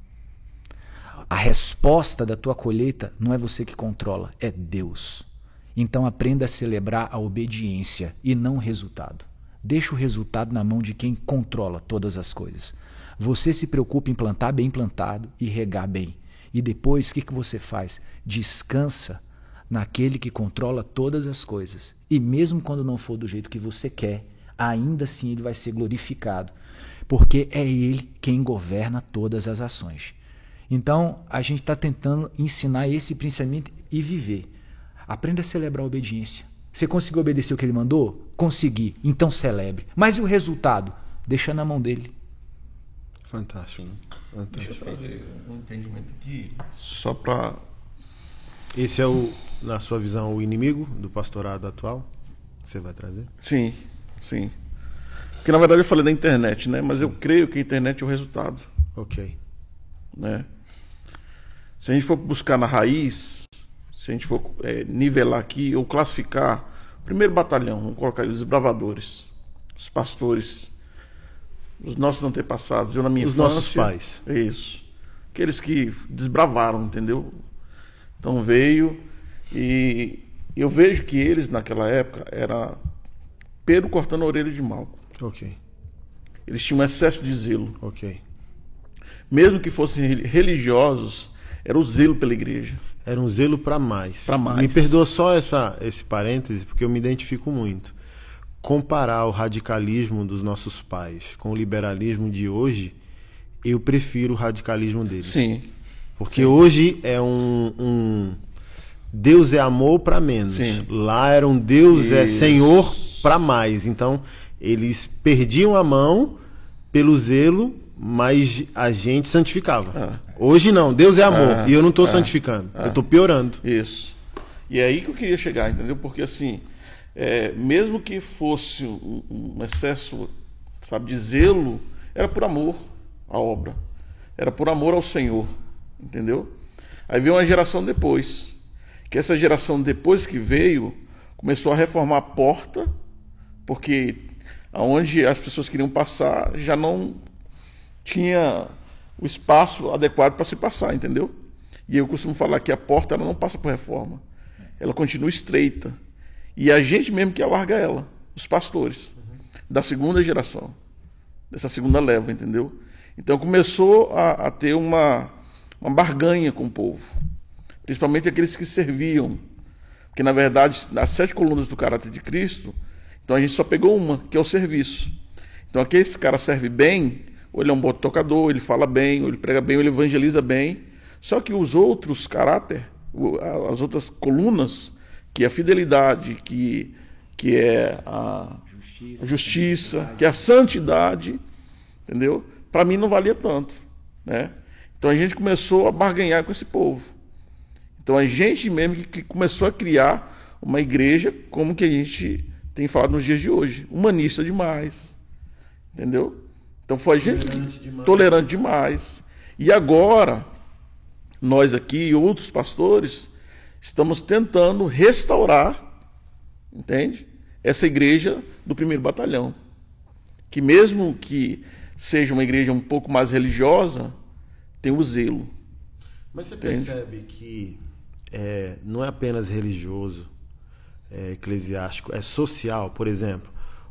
A resposta da tua colheita não é você que controla, é Deus. Então aprenda a celebrar a obediência e não o resultado. Deixa o resultado na mão de quem controla todas as coisas. Você se preocupa em plantar bem plantado e regar bem. E depois, o que, que você faz? Descansa naquele que controla todas as coisas. E mesmo quando não for do jeito que você quer, ainda assim ele vai ser glorificado, porque é ele quem governa todas as ações. Então, a gente está tentando ensinar esse pensamento e viver. Aprenda a celebrar a obediência. Você conseguiu obedecer o que ele mandou? Consegui. Então celebre. Mas e o resultado? Deixa na mão dele. Fantástico. Fantástico. Deixa eu fazer um entendimento aqui, só para... Esse é, o, na sua visão, o inimigo do pastorado atual? Você vai trazer? Sim. Sim. Porque na verdade eu falei da internet, né? Mas eu creio que a internet é o resultado. Ok. Né? Se a gente for buscar na raiz, se a gente for é, nivelar aqui ou classificar, o primeiro batalhão, vamos colocar aí os desbravadores, os pastores, os nossos antepassados, eu na minha os infância. Os nossos pais. Isso. Aqueles que desbravaram, entendeu? Então veio e eu vejo que eles naquela época era Pedro cortando a orelha de Malco. Ok. Eles tinham um excesso de zelo. Ok. Mesmo que fossem religiosos, era o zelo pela igreja. Era um zelo para mais. Para mais. Me perdoa só essa, esse parêntese, porque eu me identifico muito. Comparar o radicalismo dos nossos pais com o liberalismo de hoje, eu prefiro o radicalismo deles. Sim. Porque Sim. hoje é um... um Deus é amor para menos. Sim. Lá era um Deus Isso. é Senhor para mais. Então, eles perdiam a mão pelo zelo, mas a gente santificava. Ah. Hoje não, Deus é amor, ah. e eu não estou ah. santificando, ah. eu estou piorando. Isso. E é aí que eu queria chegar, entendeu? Porque assim, é, mesmo que fosse um, um excesso, sabe, de zelo, era por amor à obra. Era por amor ao Senhor, entendeu? Aí veio uma geração depois, que essa geração depois que veio, começou a reformar a porta, porque aonde as pessoas queriam passar já não tinha o espaço adequado para se passar, entendeu? E eu costumo falar que a porta ela não passa por reforma, ela continua estreita. E a gente mesmo que alarga ela, os pastores, da segunda geração, dessa segunda leva, entendeu? Então começou a, a ter uma, uma barganha com o povo, principalmente aqueles que serviam, porque na verdade as sete colunas do caráter de Cristo, então a gente só pegou uma, que é o serviço. Então aquele cara serve bem, ou ele é um bom tocador, ele fala bem, ou ele prega bem, ou ele evangeliza bem, só que os outros caráter, as outras colunas, que é a fidelidade, que, que é a justiça, a justiça que é a santidade, entendeu? Para mim não valia tanto, né? Então a gente começou a barganhar com esse povo. Então a gente mesmo que começou a criar uma igreja como que a gente tem falado nos dias de hoje, humanista demais, entendeu? Então foi a gente tolerante demais. tolerante demais. E agora nós aqui e outros pastores estamos tentando restaurar, entende? Essa igreja do primeiro batalhão, que mesmo que seja uma igreja um pouco mais religiosa, tem o zelo. Mas você entende? percebe que é, não é apenas religioso, é eclesiástico, é social. Por exemplo,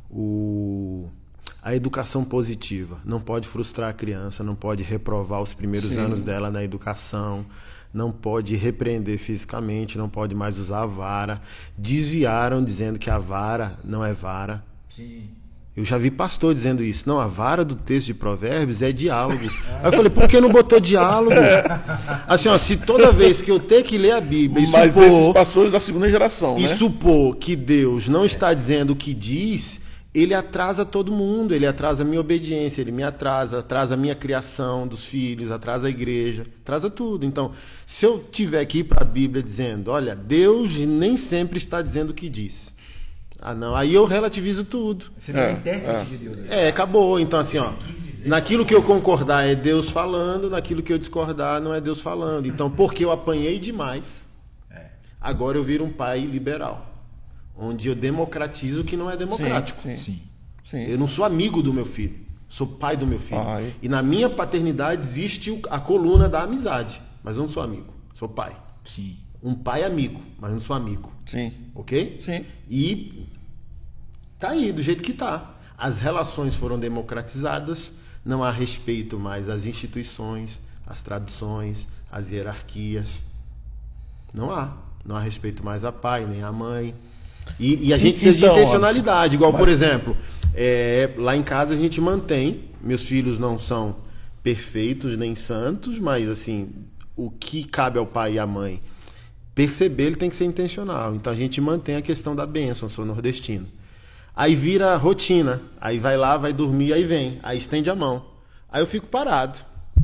o, a educação positiva não pode frustrar a criança, não pode reprovar os primeiros Sim. anos dela na educação, não pode repreender fisicamente, não pode mais usar a vara. Desviaram dizendo que a vara não é vara. Sim. Eu já vi pastor dizendo isso. Não, a vara do texto de Provérbios é diálogo. Aí eu falei, por que não botou diálogo? Assim, ó, se toda vez que eu ter que ler a Bíblia e Mas supor, esses pastores da segunda geração, e né? supor que Deus não está dizendo o que diz, ele atrasa todo mundo, ele atrasa a minha obediência, ele me atrasa, atrasa a minha criação dos filhos, atrasa a igreja, atrasa tudo. Então, se eu tiver que ir para a Bíblia dizendo, olha, Deus nem sempre está dizendo o que diz. Ah, não, aí eu relativizo tudo. Você não é intérprete é. de Deus. É, acabou. Então, assim, ó, naquilo que eu concordar é Deus falando, naquilo que eu discordar não é Deus falando. Então, porque eu apanhei demais, agora eu viro um pai liberal, onde eu democratizo o que não é democrático. Sim, sim. Sim. Eu não sou amigo do meu filho, sou pai do meu filho. Pai. E na minha paternidade existe a coluna da amizade, mas eu não sou amigo, sou pai. Sim. Um pai amigo, mas não sou amigo. Sim. Ok? Sim. E tá aí, do jeito que tá. As relações foram democratizadas, não há respeito mais às instituições, às tradições, às hierarquias. Não há. Não há respeito mais a pai, nem a mãe. E, e a gente precisa então, de intencionalidade. Igual, mas... por exemplo, é, lá em casa a gente mantém, meus filhos não são perfeitos nem santos, mas assim, o que cabe ao pai e à mãe perceber, ele tem que ser intencional. Então a gente mantém a questão da bênção, sou nordestino. Aí vira rotina, aí vai lá, vai dormir, aí vem, aí estende a mão. Aí eu fico parado.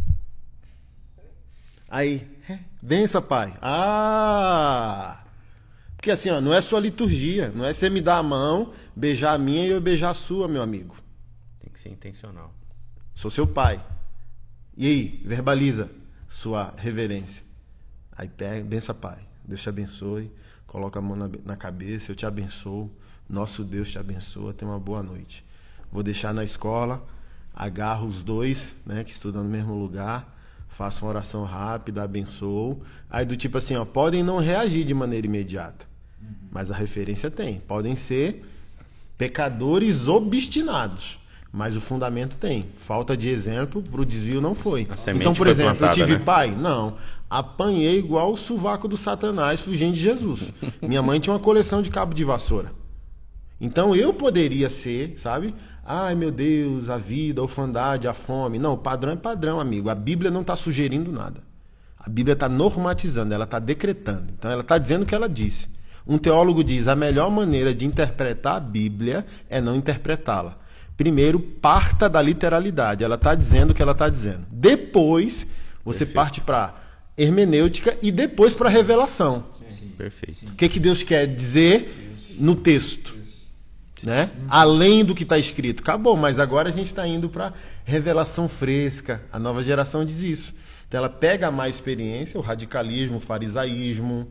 Aí, benção, pai. Ah! Porque assim, ó, não é sua liturgia, não é você me dar a mão, beijar a minha e eu beijar a sua, meu amigo. Tem que ser intencional. Sou seu pai. E aí, verbaliza sua reverência. Aí pega, benção, pai. Deus te abençoe. Coloca a mão na, na cabeça, eu te abençoo. Nosso Deus te abençoa. Tenha uma boa noite. Vou deixar na escola, agarro os dois, né, que estudam no mesmo lugar, faço uma oração rápida, abençoo. Aí do tipo assim, ó, podem não reagir de maneira imediata, uhum. mas a referência tem. Podem ser pecadores obstinados, mas o fundamento tem. Falta de exemplo, pro desvio não foi. Então, por exemplo, plantada, eu tive né? pai? Não. Apanhei igual o sovaco do Satanás fugindo de Jesus. Minha mãe tinha uma coleção de cabo de vassoura. Então eu poderia ser, sabe? Ai, meu Deus, a vida, a orfandade, a fome. Não, o padrão é padrão, amigo. A Bíblia não está sugerindo nada. A Bíblia está normatizando, ela está decretando. Então ela está dizendo o que ela disse. Um teólogo diz, a melhor maneira de interpretar a Bíblia é não interpretá-la. Primeiro, parta da literalidade. Ela está dizendo o que ela está dizendo. Depois, você Perfeito. parte para hermenêutica e depois para revelação. Sim. Perfeito. O que, que Deus quer dizer no texto? Né? Além do que está escrito. Acabou, mas agora a gente está indo para revelação fresca. A nova geração diz isso. Então ela pega a má experiência, o radicalismo, o farisaísmo,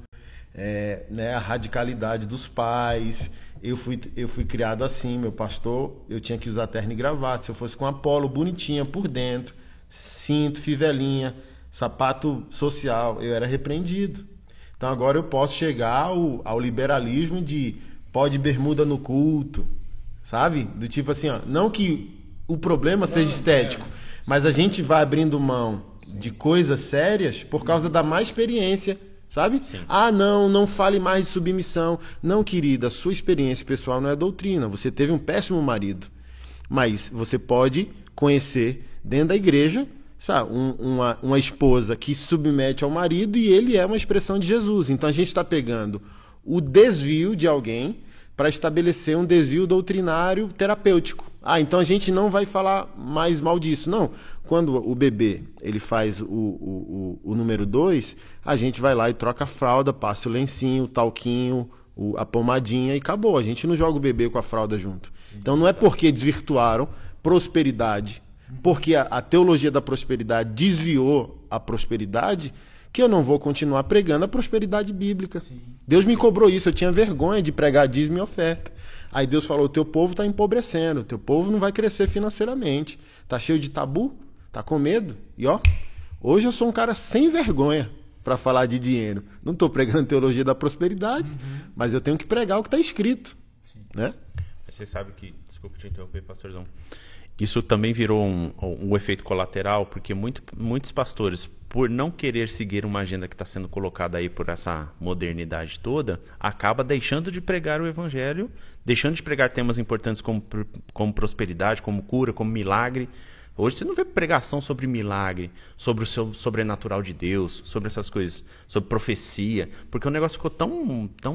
é, né, a radicalidade dos pais. Eu fui, eu fui criado assim, meu pastor, eu tinha que usar terno e gravata. Se eu fosse com Apolo, bonitinha por dentro, cinto, fivelinha, sapato social, eu era repreendido. Então agora eu posso chegar ao, ao liberalismo de pode bermuda no culto, sabe? Do tipo assim, ó, não que o problema seja estético, mas a gente vai abrindo mão de coisas sérias por causa da má experiência, sabe? Sim. Ah, não, não fale mais de submissão. Não, querida, sua experiência pessoal não é doutrina. Você teve um péssimo marido. Mas você pode conhecer dentro da igreja, sabe, um, uma, uma esposa que se submete ao marido e ele é uma expressão de Jesus. Então a gente está pegando o desvio de alguém para estabelecer um desvio doutrinário terapêutico. Ah, então a gente não vai falar mais mal disso. Não. Quando o bebê ele faz o, o, o, o número dois, a gente vai lá e troca a fralda, passa o lencinho, o talquinho, o, a pomadinha e acabou. A gente não joga o bebê com a fralda junto. Sim, então não é porque desvirtuaram prosperidade, porque a, a teologia da prosperidade desviou a prosperidade, que eu não vou continuar pregando a prosperidade bíblica. Sim. Deus me cobrou isso, eu tinha vergonha de pregar dízimo e oferta. Aí Deus falou, o teu povo está empobrecendo, o teu povo não vai crescer financeiramente. Está cheio de tabu, está com medo. E ó, hoje eu sou um cara sem vergonha para falar de dinheiro. Não estou pregando teologia da prosperidade, uhum. mas eu tenho que pregar o que está escrito. Sim. Né? Você sabe que, desculpa te interromper, pastorzão, isso também virou um, um efeito colateral, porque muito, muitos pastores, por não querer seguir uma agenda que está sendo colocada aí por essa modernidade toda, acaba deixando de pregar o evangelho, deixando de pregar temas importantes como, como prosperidade, como cura, como milagre. Hoje você não vê pregação sobre milagre, sobre o seu sobrenatural de Deus, sobre essas coisas, sobre profecia, porque o negócio ficou tão, tão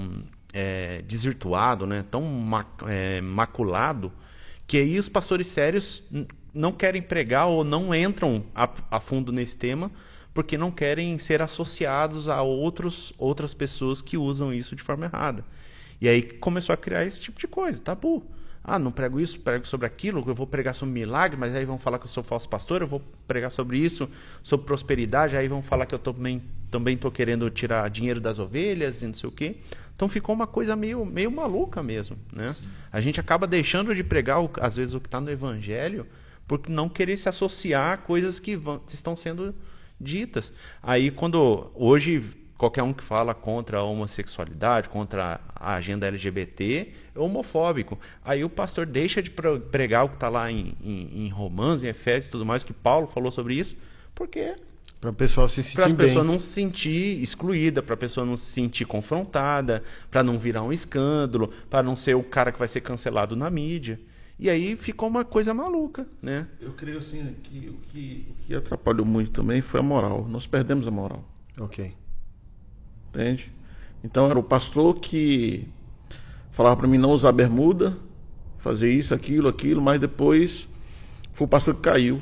é, desvirtuado, né? Tão mac, é, maculado, que aí os pastores sérios não querem pregar ou não entram a, a fundo nesse tema porque não querem ser associados a outros, outras pessoas que usam isso de forma errada. E aí começou a criar esse tipo de coisa, tabu. Ah, não prego isso, prego sobre aquilo, eu vou pregar sobre milagre, mas aí vão falar que eu sou falso pastor, eu vou pregar sobre isso, sobre prosperidade, aí vão falar que eu também também estou querendo tirar dinheiro das ovelhas e não sei o quê. Então ficou uma coisa meio, meio maluca mesmo, né? Sim. A gente acaba deixando de pregar, o, às vezes, o que está no evangelho, por não querer se associar a coisas que vão, estão sendo ditas. Aí, quando hoje qualquer um que fala contra a homossexualidade, contra a agenda L G B T, é homofóbico. Aí o pastor deixa de pregar o que está lá em, em, em Romanos, em Efésios e tudo mais, que Paulo falou sobre isso, porque... Para o pessoal se sentir bem. Para a pessoa não se sentir excluída, para a pessoa não se sentir confrontada, para não virar um escândalo, para não ser o cara que vai ser cancelado na mídia. E aí ficou uma coisa maluca, né? Eu creio assim que o que, o que atrapalhou muito também foi a moral. Nós perdemos a moral. Ok. Entende? Então era o pastor que falava para mim não usar bermuda, fazer isso, aquilo, aquilo, mas depois foi o pastor que caiu.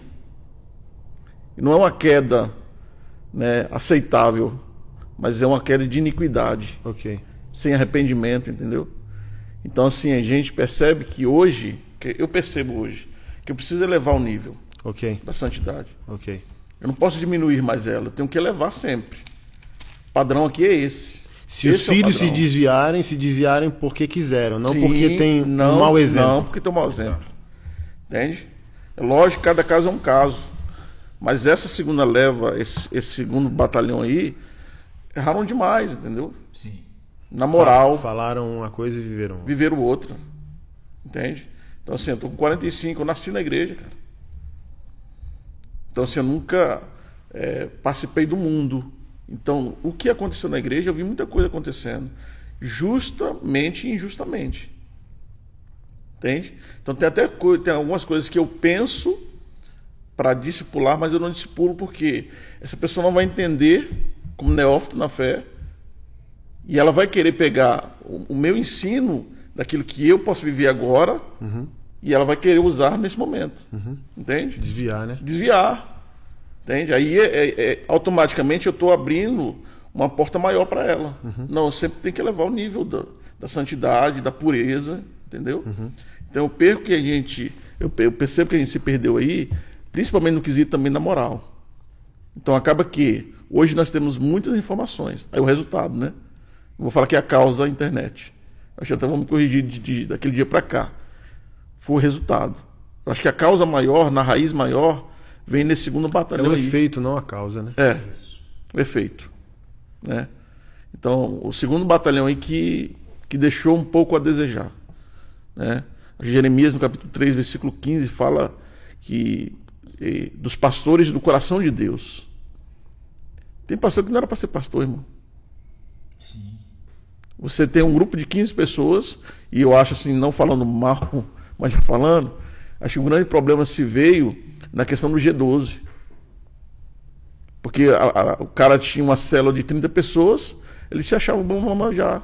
E não é uma queda, né, aceitável, mas é uma queda de iniquidade. Ok. Sem arrependimento, entendeu? Então assim, a gente percebe que hoje, que eu percebo hoje, que eu preciso elevar o nível okay. da santidade. Ok. Eu não posso diminuir mais ela, eu tenho que elevar sempre. O padrão aqui é esse. Se esse os filhos é se desviarem, se desviarem porque quiseram, não Sim, porque tem não, um mau exemplo. Não, porque tem um mau exemplo. Entende? É lógico que cada caso é um caso. Mas essa segunda leva, esse, esse segundo batalhão aí, erraram demais, entendeu? Sim. Na moral. Falaram uma coisa e viveram outra. Viveram outra. Entende? Então assim, eu tô com quarenta e cinco, eu nasci na igreja, cara. Então assim, eu nunca é, participei do mundo. Então, o que aconteceu na igreja, eu vi muita coisa acontecendo. Justamente e injustamente. Entende? Então tem até tem algumas coisas que eu penso para discipular, mas eu não discipulo porque essa pessoa não vai entender como neófito na fé e ela vai querer pegar o, o meu ensino daquilo que eu posso viver agora uhum. e ela vai querer usar nesse momento. Uhum. Entende? Desviar, né? Desviar. Entende? Aí é, é, é, automaticamente eu estou abrindo uma porta maior para ela. Uhum. Não, eu sempre tenho que elevar o nível da, da santidade, da pureza, entendeu? Uhum. Então eu perco que a gente, eu, eu percebo que a gente se perdeu aí, principalmente no quesito também da moral. Então acaba que hoje nós temos muitas informações. Aí o resultado, né? Eu vou falar que é a causa da internet. Acho que até vamos corrigir de, de, daquele dia para cá. Foi o resultado. Eu acho que a causa maior, na raiz maior, vem nesse segundo É batalhão o aí. efeito, não a causa, né? É, o efeito. Né? Então, o segundo batalhão aí que, que deixou um pouco a desejar. Né? Jeremias, no capítulo três, versículo quinze, fala que eh, dos pastores do coração de Deus. Tem pastor que não era para ser pastor, irmão. Sim. Você tem um grupo de quinze pessoas, e eu acho assim, não falando mal, mas já falando, acho que o grande problema se veio na questão do G doze. Porque a, a, o cara tinha uma célula de trinta pessoas, ele se achava bom pra manjar.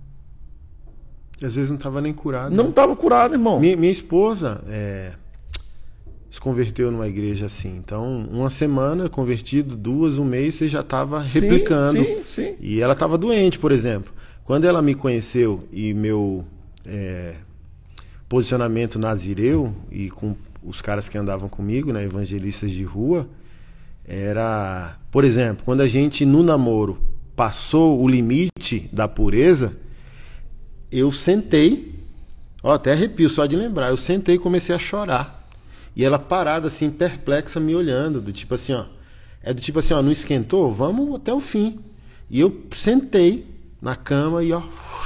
E às vezes não estava nem curado. Não né? estava curado, irmão. Minha, minha esposa é, se converteu numa igreja assim. Então, uma semana convertido, duas, um mês, você já estava replicando. Sim, sim. E ela estava doente, por exemplo. Quando ela me conheceu e meu é, posicionamento nazireu, e com os caras que andavam comigo, né, evangelistas de rua, era, por exemplo, quando a gente no namoro passou o limite da pureza, eu sentei, ó, até arrepio só de lembrar, eu sentei e comecei a chorar. E ela parada assim, perplexa, me olhando, do tipo assim, ó, é do tipo assim, ó, não esquentou? Vamos até o fim. E eu sentei na cama e ó,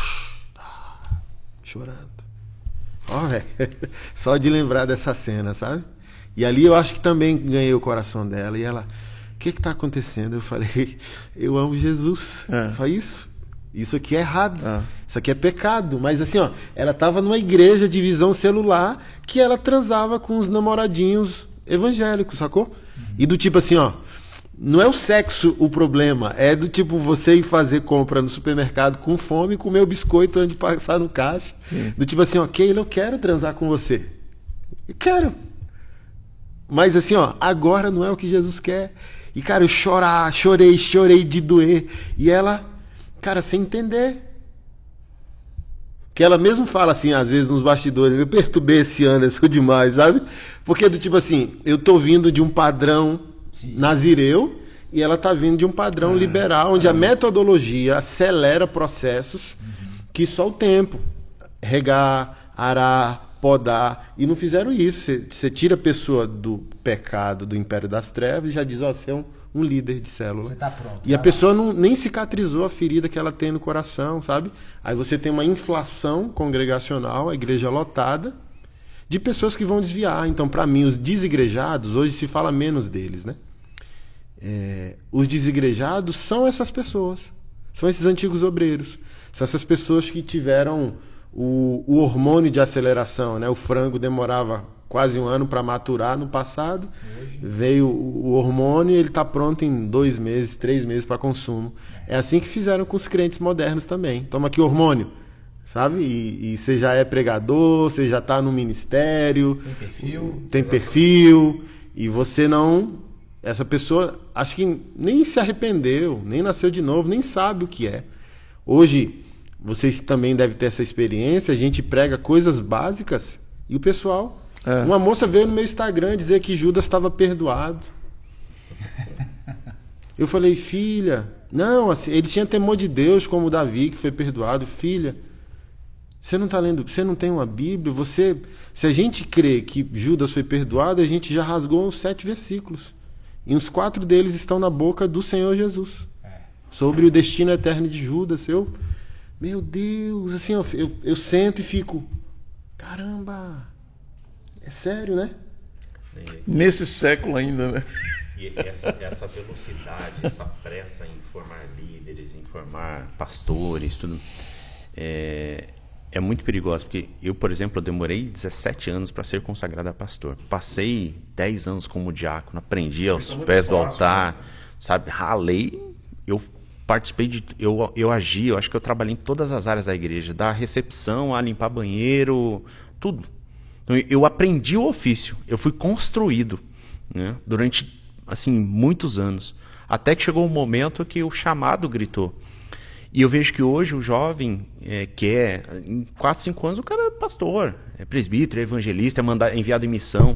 chorando. Ó, velho, só de lembrar dessa cena, sabe? E ali eu acho que também ganhei o coração dela. E ela, o que que tá acontecendo? Eu falei, eu amo Jesus, É. só isso. Isso aqui é errado, É. isso aqui é pecado. Mas assim, ó, ela tava numa igreja de visão celular que ela transava com os namoradinhos evangélicos, sacou? E do tipo assim, ó, não é o sexo o problema, é do tipo você ir fazer compra no supermercado com fome, comer o biscoito antes de passar no caixa. Sim. Do tipo assim, ó, Keila, eu quero transar com você. Eu quero. Mas assim, ó, agora não é o que Jesus quer. E, cara, eu chorar, chorei, chorei de doer. E ela, cara, sem entender. Que ela mesmo fala assim, às vezes nos bastidores, eu perturbei esse Anderson demais, sabe? Porque do tipo assim, eu tô vindo de um padrão Sim. nazireu e ela tá vindo de um padrão Ah, liberal, onde ah. a metodologia acelera processos Uhum. que só o tempo. Regar, arar, podar. E não fizeram isso. Você, você tira a pessoa do pecado, do império das trevas e já diz, ó, você é um, um líder de célula. Você tá pronto. E a vai pessoa não, nem cicatrizou a ferida que ela tem no coração, sabe? Aí você tem uma inflação congregacional, a igreja lotada, de pessoas que vão desviar. Então, para mim, os desigrejados, hoje se fala menos deles, né? É, os desigrejados são essas pessoas. São esses antigos obreiros. São essas pessoas que tiveram o, o hormônio de aceleração, né? O frango demorava quase um ano para maturar no passado. Hoje. Veio o, o hormônio e ele está pronto em dois meses, três meses para consumo. É assim que fizeram com os crentes modernos também. Toma aqui o hormônio, sabe? E, e você já é pregador, você já está no ministério, Tem perfil. tem perfil, e você não... Essa pessoa, acho que nem se arrependeu, nem nasceu de novo, nem sabe o que é. Hoje, vocês também devem ter essa experiência, a gente prega coisas básicas e o pessoal... É. Uma moça veio no meu Instagram dizer que Judas estava perdoado. Eu falei, filha, não, assim, ele tinha temor de Deus como Davi, que foi perdoado. Filha, você não está lendo, você não tem uma Bíblia, você, se a gente crê que Judas foi perdoado, a gente já rasgou uns sete versículos. E uns quatro deles estão na boca do Senhor Jesus. É. Sobre o destino eterno de Judas. Eu, meu Deus, assim, eu, eu, eu sento e fico, caramba, é sério, né? Nesse século ainda, né? E essa, essa velocidade, essa pressa em formar líderes, em formar pastores, tudo, é, é muito perigoso. Porque eu, por exemplo, eu demorei dezessete anos para ser consagrado a pastor. Passei dez anos como diácono, aprendi aos pés do altar, sabe? Ralei, eu participei de... Eu, eu agi, eu acho que eu trabalhei em todas as áreas da igreja. Da recepção a limpar banheiro, tudo. Então, eu aprendi o ofício, eu fui construído, né, durante assim, muitos anos. Até que chegou um momento que o chamado gritou. E eu vejo que hoje o jovem é, quer, em quatro, cinco anos, o cara é pastor, é presbítero, é evangelista, é mandado, é enviado em missão.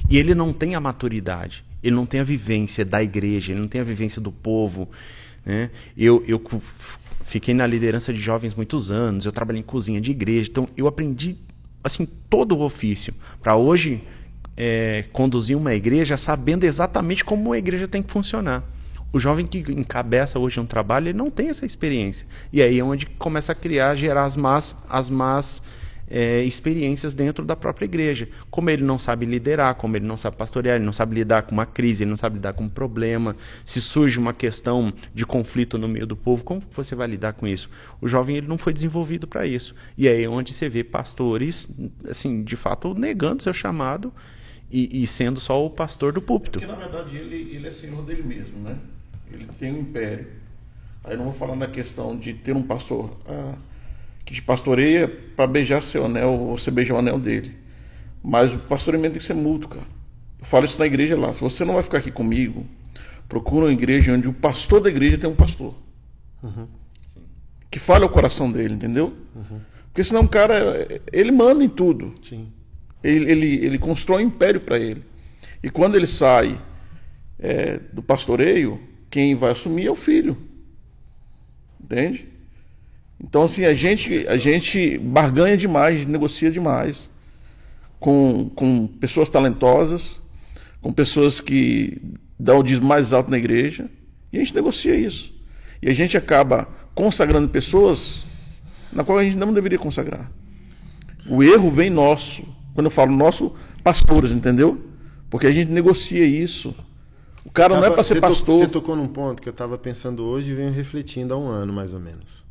E ele não tem a maturidade, ele não tem a vivência da igreja, ele não tem a vivência do povo, né? Eu, eu fiquei na liderança de jovens muitos anos, eu trabalhei em cozinha de igreja, então eu aprendi assim todo o ofício para hoje é, conduzir uma igreja sabendo exatamente como uma igreja tem que funcionar. O jovem que encabeça hoje um trabalho, ele não tem essa experiência. E aí é onde começa a criar, gerar as más, as más é, experiências dentro da própria igreja. Como ele não sabe liderar, como ele não sabe pastorear, ele não sabe lidar com uma crise, ele não sabe lidar com um problema. Se surge uma questão de conflito no meio do povo, como você vai lidar com isso? O jovem ele não foi desenvolvido para isso. E aí é onde você vê pastores, assim, de fato, negando seu chamado e, e sendo só o pastor do púlpito. Porque, na verdade, ele, ele é senhor dele mesmo, né? Ele tem um império. Aí não vou falar na questão de ter um pastor ah, que te pastoreia para beijar seu anel, ou você beijar o anel dele. Mas o pastoreamento tem que ser mútuo, cara. Eu falo isso na igreja lá. Se você não vai ficar aqui comigo, procura uma igreja onde o pastor da igreja tem um pastor. Uhum. Que fale ao coração dele, entendeu? Uhum. Porque senão o cara, ele manda em tudo. Sim. Ele, ele, ele constrói um império para ele. E quando ele sai é, do pastoreio, quem vai assumir é o filho. Entende? Então, assim, a gente, a gente barganha demais, negocia demais com, com pessoas talentosas, com pessoas que dão o dízimo mais alto na igreja, e a gente negocia isso. E a gente acaba consagrando pessoas na qual a gente não deveria consagrar. O erro vem nosso. Quando eu falo nosso, pastores, entendeu? Porque a gente negocia isso. O cara tava, não é para ser pastor. Você tocou num ponto que eu estava pensando hoje e venho refletindo há um ano, mais ou menos.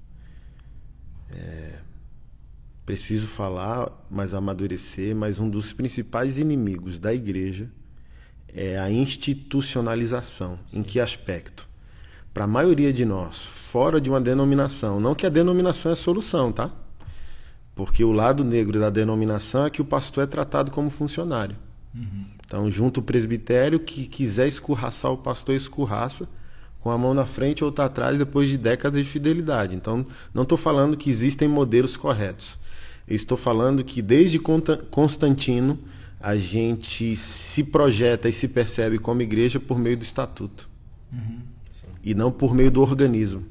É, preciso falar, mas amadurecer, mas um dos principais inimigos da igreja é a institucionalização. Em que aspecto? Para a maioria de nós, fora de uma denominação, não que a denominação é a solução, tá? Porque o lado negro da denominação é que o pastor é tratado como funcionário. Uhum. Então, junto o presbitério, que quiser escurraçar o pastor, escurraça, com a mão na frente ou tá atrás, depois de décadas de fidelidade. Então, não estou falando que existem modelos corretos. Eu estou falando que, desde Constantino, a gente se projeta e se percebe como igreja por meio do estatuto. Uhum. E não por meio do organismo.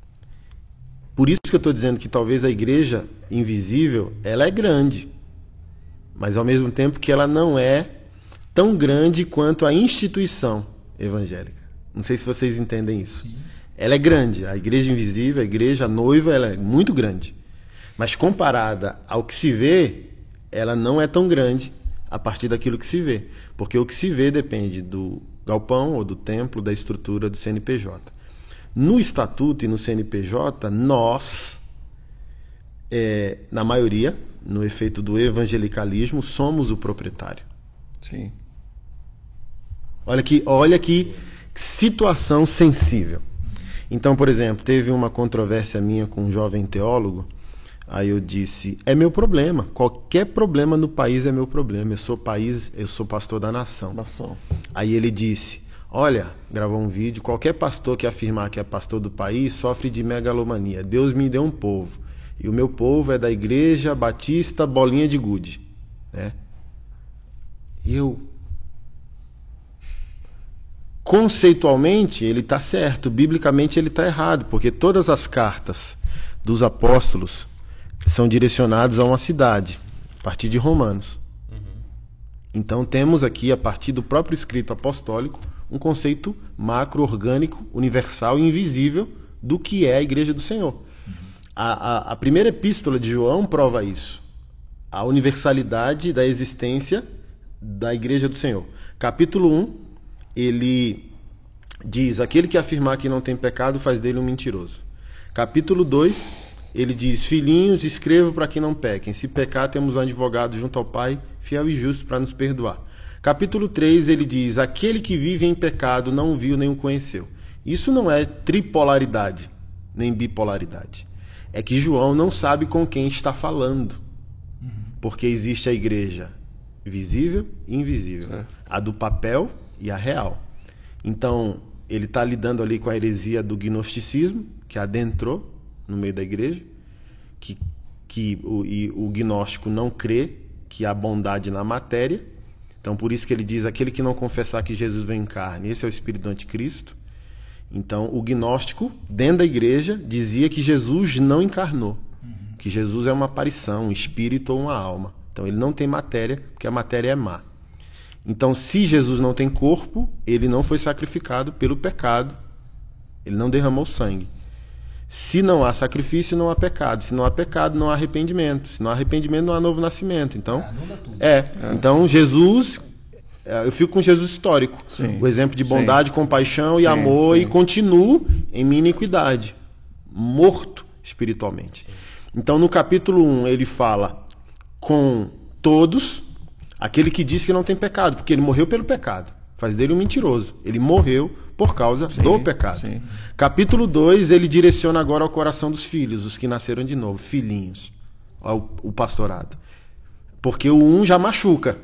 Por isso que eu estou dizendo que talvez a igreja invisível, ela é grande, mas ao mesmo tempo que ela não é tão grande quanto a instituição evangélica. Não sei se vocês entendem isso. Sim. Ela é grande, a igreja invisível, a igreja a noiva, ela é muito grande. Mas comparada ao que se vê, ela não é tão grande a partir daquilo que se vê. Porque o que se vê depende do galpão ou do templo, da estrutura do C N P J. No estatuto e no C N P J, nós, é, na maioria, no efeito do evangelicalismo, somos o proprietário. Sim. Olha que, olha que situação sensível. Então, por exemplo, teve uma controvérsia minha com um jovem teólogo. Aí eu disse, é meu problema. Qualquer problema no país é meu problema. Eu sou país, eu sou pastor da nação. Nação. Aí ele disse, olha, gravou um vídeo, qualquer pastor que afirmar que é pastor do país sofre de megalomania. Deus me deu um povo. E o meu povo é da igreja batista bolinha de gude. Né? E eu... Conceitualmente, ele está certo. Biblicamente, ele está errado. Porque todas as cartas dos apóstolos são direcionadas a uma cidade, a partir de Romanos. Uhum. Então, temos aqui, a partir do próprio escrito apostólico, um conceito macro, orgânico, universal e invisível do que é a Igreja do Senhor. Uhum. A, a, a primeira epístola de João prova isso. A universalidade da existência da Igreja do Senhor. Capítulo um, ele diz, aquele que afirmar que não tem pecado faz dele um mentiroso. Capítulo dois, ele diz, filhinhos, escrevo para que não pequem. Se pecar, temos um advogado junto ao Pai, fiel e justo para nos perdoar. Capítulo três, ele diz, aquele que vive em pecado não o viu nem o conheceu. Isso não é tripolaridade, nem bipolaridade. É que João não sabe com quem está falando. Uhum. Porque existe a igreja visível e invisível. É. A do papel e a real. Então, ele está lidando ali com a heresia do gnosticismo, que adentrou no meio da igreja, que, que o, e o gnóstico não crê que há bondade na matéria, Então, por isso que ele diz, aquele que não confessar que Jesus veio em carne, esse é o espírito do anticristo. Então, o gnóstico, dentro da igreja, dizia que Jesus não encarnou. Uhum. Que Jesus é uma aparição, um espírito ou uma alma. Então, ele não tem matéria, porque a matéria é má. Então, se Jesus não tem corpo, ele não foi sacrificado pelo pecado. Ele não derramou sangue. Se não há sacrifício, não há pecado. Se não há pecado, não há arrependimento. Se não há arrependimento, não há novo nascimento. Então, é. é. Então, Jesus, eu fico com Jesus histórico. Sim. O exemplo de bondade, sim. compaixão e sim, amor, sim. e continuo em minha iniquidade, morto espiritualmente. Então, no capítulo um, ele fala com todos, aquele que diz que não tem pecado, porque ele morreu pelo pecado. Faz dele um mentiroso. Ele morreu por causa sim, do pecado. Sim. Capítulo dois, ele direciona agora ao coração dos filhos, os que nasceram de novo, filhinhos, ao, o pastorado. Porque o um já machuca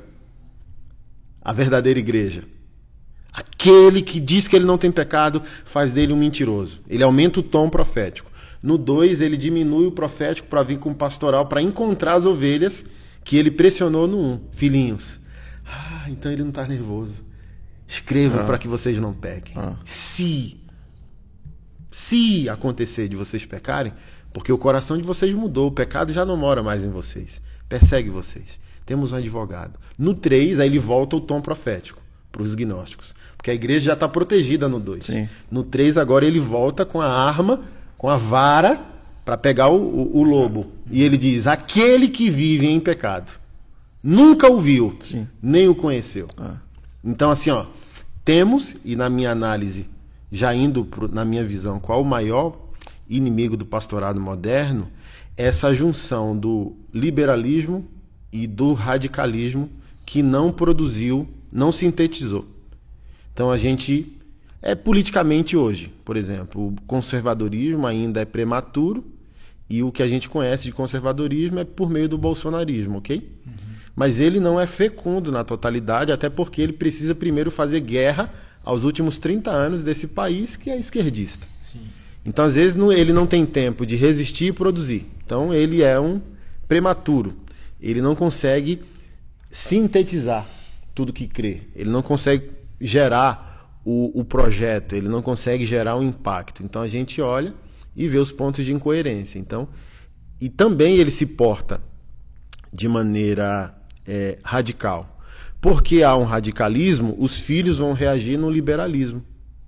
a verdadeira igreja. Aquele que diz que ele não tem pecado faz dele um mentiroso. Ele aumenta o tom profético. No dois, ele diminui o profético para vir com o pastoral, para encontrar as ovelhas que ele pressionou no um, filhinhos. Ah, então ele não está nervoso. Escrevam ah. para que vocês não pequem. Ah. Se, se acontecer de vocês pecarem, porque o coração de vocês mudou, o pecado já não mora mais em vocês, persegue vocês. Temos um advogado. No três, aí ele volta o tom profético para os gnósticos, porque a igreja já está protegida no dois. Sim. No três, agora ele volta com a arma, com a vara, para pegar o, o, o lobo. E ele diz, aquele que vive em pecado, nunca o viu, sim. nem o conheceu. Ah. Então, assim, ó, temos, e na minha análise, já indo pro, na minha visão, qual o maior inimigo do pastorado moderno, essa junção do liberalismo e do radicalismo que não produziu, não sintetizou. Então a gente é politicamente hoje, por exemplo, o conservadorismo ainda é prematuro e o que a gente conhece de conservadorismo é por meio do bolsonarismo, ok? Uhum. Mas ele não é fecundo na totalidade, até porque ele precisa primeiro fazer guerra aos últimos trinta anos desse país que é esquerdista. Sim. Então, às vezes, ele não tem tempo de resistir e produzir. Então, ele é um prematuro. Ele não consegue sintetizar tudo que crê. Ele não consegue gerar o, o projeto, ele não consegue gerar um impacto. Então, a gente olha e vê os pontos de incoerência. Então, e também ele se porta de maneira é, radical. Porque há um radicalismo, os filhos vão reagir no liberalismo.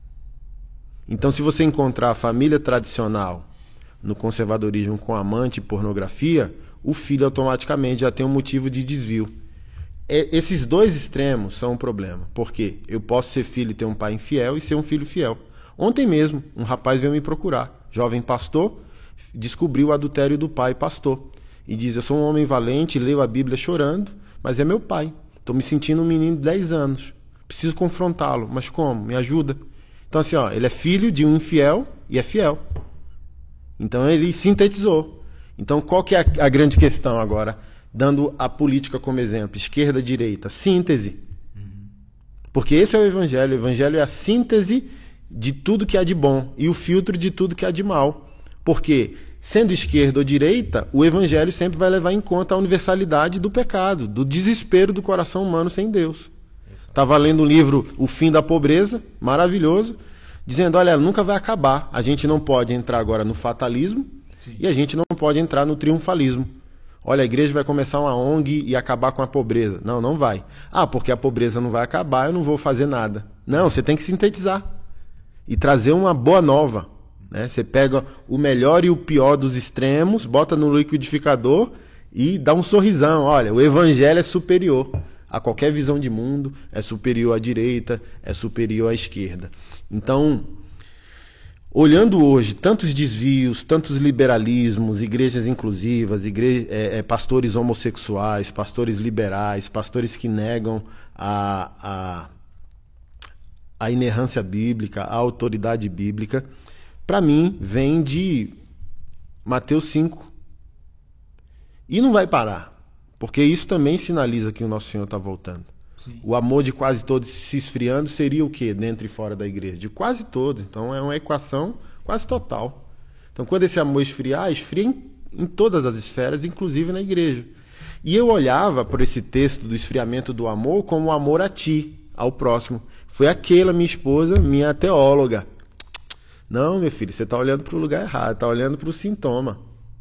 Então, se você encontrar a família tradicional no conservadorismo com amante e pornografia, o filho automaticamente já tem um motivo de desvio. É, esses dois extremos são um problema. Porque eu posso ser filho e ter um pai infiel e ser um filho fiel. Ontem mesmo, um rapaz veio me procurar, jovem pastor, descobriu o adultério do pai pastor. E diz, eu sou um homem valente, leio a Bíblia chorando, mas é meu pai. Estou me sentindo um menino de dez anos. Preciso confrontá-lo. Mas como? Me ajuda. Então assim, ó, ele é filho de um infiel e é fiel. Então ele sintetizou. Então qual que é a, a grande questão agora? Dando a política como exemplo. Esquerda, direita. Síntese. Uhum. Porque esse é o evangelho. O evangelho é a síntese de tudo que há de bom e o filtro de tudo que há de mal. Porque sendo esquerda ou direita, o evangelho sempre vai levar em conta a universalidade do pecado, do desespero do coração humano sem Deus. Estava lendo um livro, O Fim da Pobreza, maravilhoso, dizendo, olha, nunca vai acabar. A gente não pode entrar agora no fatalismo. Sim. E a gente não pode entrar no triunfalismo. Olha, a igreja vai começar uma O N G e acabar com a pobreza. Não, não vai. Ah, porque a pobreza não vai acabar, eu não vou fazer nada. Não, você tem que sintetizar e trazer uma boa nova. Né? Você pega o melhor e o pior dos extremos, bota no liquidificador e dá um sorrisão. Olha, o evangelho é superior a qualquer visão de mundo, é superior à direita, é superior à esquerda. Então, olhando hoje tantos desvios, tantos liberalismos, igrejas inclusivas, igre... é, é, pastores homossexuais, pastores liberais, pastores que negam a, a, a inerrância bíblica, a autoridade bíblica, para mim, vem de Mateus cinco. E não vai parar, porque isso também sinaliza que o nosso Senhor está voltando. Sim. O amor de quase todos se esfriando seria o quê? Dentro e fora da igreja? De quase todos. Então é uma equação quase total. Então quando esse amor esfriar, esfria em, em todas as esferas, inclusive na igreja. E eu olhava por esse texto do esfriamento do amor como o amor a ti, ao próximo. Foi aquela minha esposa, minha teóloga. Não, meu filho, você está olhando para o lugar errado, está olhando para o sintoma.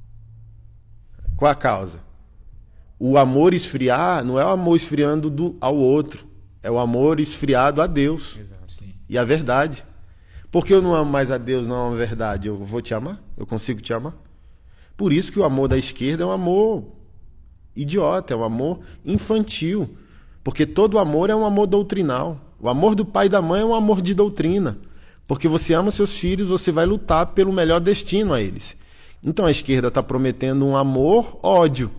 Qual a causa? O amor esfriar não é o amor esfriando do, ao outro, é o amor esfriado a Deus. Exato, sim. E a verdade. Porque eu não amo mais a Deus, não amo a verdade, eu vou te amar? Eu consigo te amar? Por isso que o amor da esquerda é um amor idiota, é um amor infantil. Porque todo amor é um amor doutrinal. O amor do pai e da mãe é um amor de doutrina. Porque você ama seus filhos, você vai lutar pelo melhor destino a eles. Então a esquerda está prometendo um amor-ódio.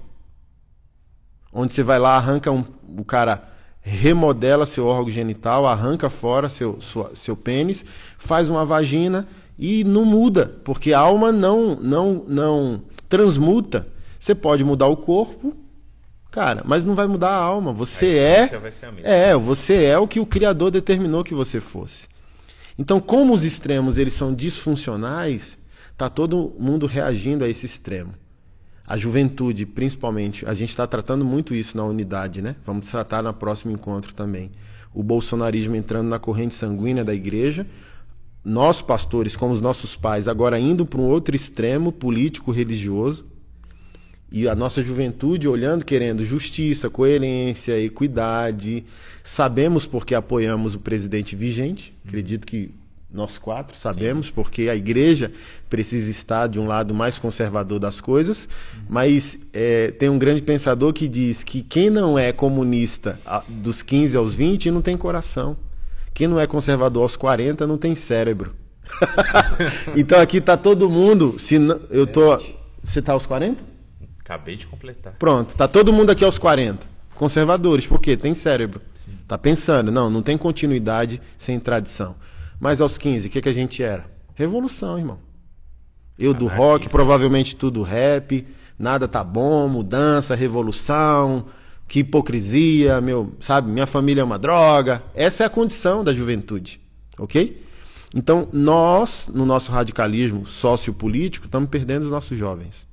Onde você vai lá, arranca um, o cara remodela seu órgão genital, arranca fora seu, sua, seu pênis, faz uma vagina e não muda, porque a alma não, não, não transmuta. Você pode mudar o corpo, cara, mas não vai mudar a alma. Você é, vai ser a mesma. é, você é o que o Criador determinou que você fosse. Então, como os extremos eles são disfuncionais, tá todo mundo reagindo a esse extremo. A juventude, principalmente, a gente está tratando muito isso na unidade, né? Vamos tratar no próximo encontro também. O bolsonarismo entrando na corrente sanguínea da igreja, nós pastores, como os nossos pais, agora indo para um outro extremo político-religioso, e a nossa juventude olhando, querendo justiça, coerência, equidade. Sabemos porque apoiamos o presidente vigente, acredito que nós quatro sabemos, sim, porque a igreja precisa estar de um lado mais conservador das coisas, uhum. mas é, tem um grande pensador que diz que quem não é comunista dos quinze aos vinte não tem coração. Quem não é conservador aos quarenta não tem cérebro. Então aqui está todo mundo. Se não, eu tô, você está aos quarenta? Acabei de completar. Pronto, está todo mundo aqui aos quarenta. Conservadores, por quê? Tem cérebro. Está pensando, não, não tem continuidade sem tradição. Mas aos quinze, o que, que a gente era? Revolução, irmão. Eu do rock, provavelmente tudo rap, nada tá bom, mudança, revolução, que hipocrisia, meu, sabe? Minha família é uma droga. Essa é a condição da juventude, ok? Então, nós, no nosso radicalismo sociopolítico, estamos perdendo os nossos jovens.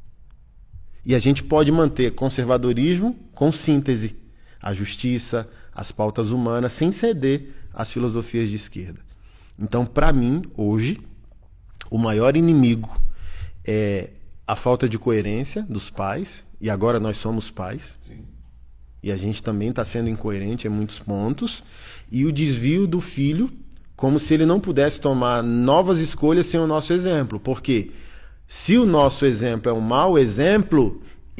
E a gente pode manter conservadorismo com síntese, a justiça, as pautas humanas, sem ceder às filosofias de esquerda. Então, para mim, hoje, o maior inimigo é a falta de coerência dos pais, e agora nós somos pais, sim, e a gente também está sendo incoerente em muitos pontos, e o desvio do filho, como se ele não pudesse tomar novas escolhas sem o nosso exemplo. Porque se o nosso exemplo é um mau exemplo,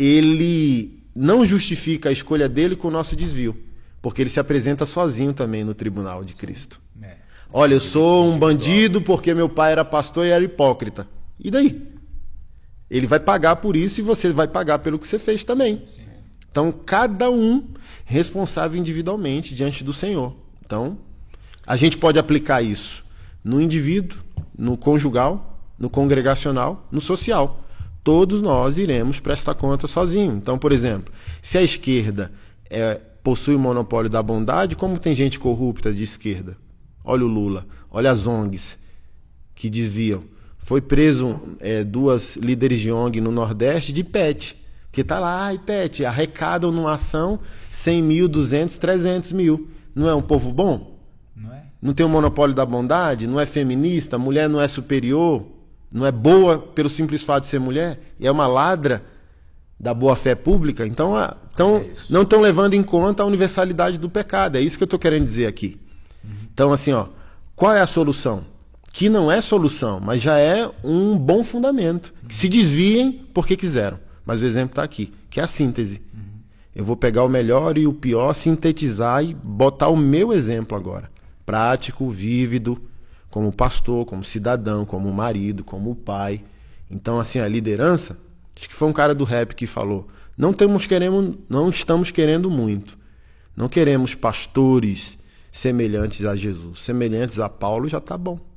ele não justifica a escolha dele com o nosso desvio, porque ele se apresenta sozinho também no tribunal de Cristo. É. Olha, eu sou um bandido porque meu pai era pastor e era hipócrita. E daí? Ele vai pagar por isso e você vai pagar pelo que você fez também. Sim. Então, cada um responsável individualmente diante do Senhor. Então, a gente pode aplicar isso no indivíduo, no conjugal, no congregacional, no social. Todos nós iremos prestar conta sozinho. Então, por exemplo, se a esquerda é, possui o monopólio da bondade, como tem gente corrupta de esquerda? Olha o Lula, olha as O N Gs que desviam. Foi preso é, duas líderes de O N G no Nordeste de pet, que tá lá, ai pet, arrecadam numa ação cem mil, duzentos, trezentos mil. Não é um povo bom? Não é? Não tem o monopólio da bondade? Não é feminista? A mulher não é superior? Não é boa pelo simples fato de ser mulher? E é uma ladra da boa-fé pública? Então, a, então é não estão levando em conta a universalidade do pecado. É isso que eu estou querendo dizer aqui. Então, assim, ó, qual é a solução? Que não é solução, mas já é um bom fundamento. Que se desviem porque quiseram. Mas o exemplo está aqui, que é a síntese. Uhum. Eu vou pegar o melhor e o pior, sintetizar e botar o meu exemplo agora. Prático, vívido, como pastor, como cidadão, como marido, como pai. Então, assim, a liderança, acho que foi um cara do rap que falou, não, temos, queremos, não estamos querendo muito. Não queremos pastores semelhantes a Jesus. Semelhantes a Paulo já está bom.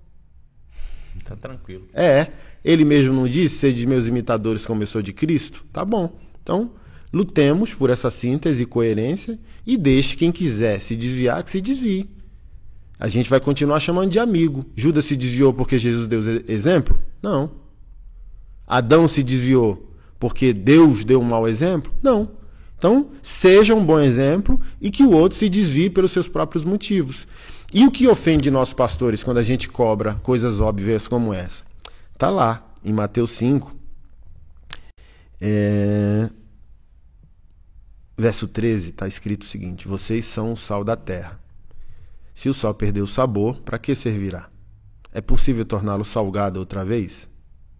Tá tranquilo. É, ele mesmo não disse, sede meus imitadores como eu sou de Cristo? Tá bom. Então, lutemos por essa síntese e coerência e deixe quem quiser se desviar, que se desvie. A gente vai continuar chamando de amigo. Judas se desviou porque Jesus deu exemplo? Não. Adão se desviou porque Deus deu um mau exemplo? Não. Então, seja um bom exemplo e que o outro se desvie pelos seus próprios motivos. E o que ofende nós pastores quando a gente cobra coisas óbvias como essa? Está lá, em Mateus cinco, é... verso treze, está escrito o seguinte: vocês são o sal da terra. Se o sal perder o sabor, para que servirá? É possível torná-lo salgado outra vez?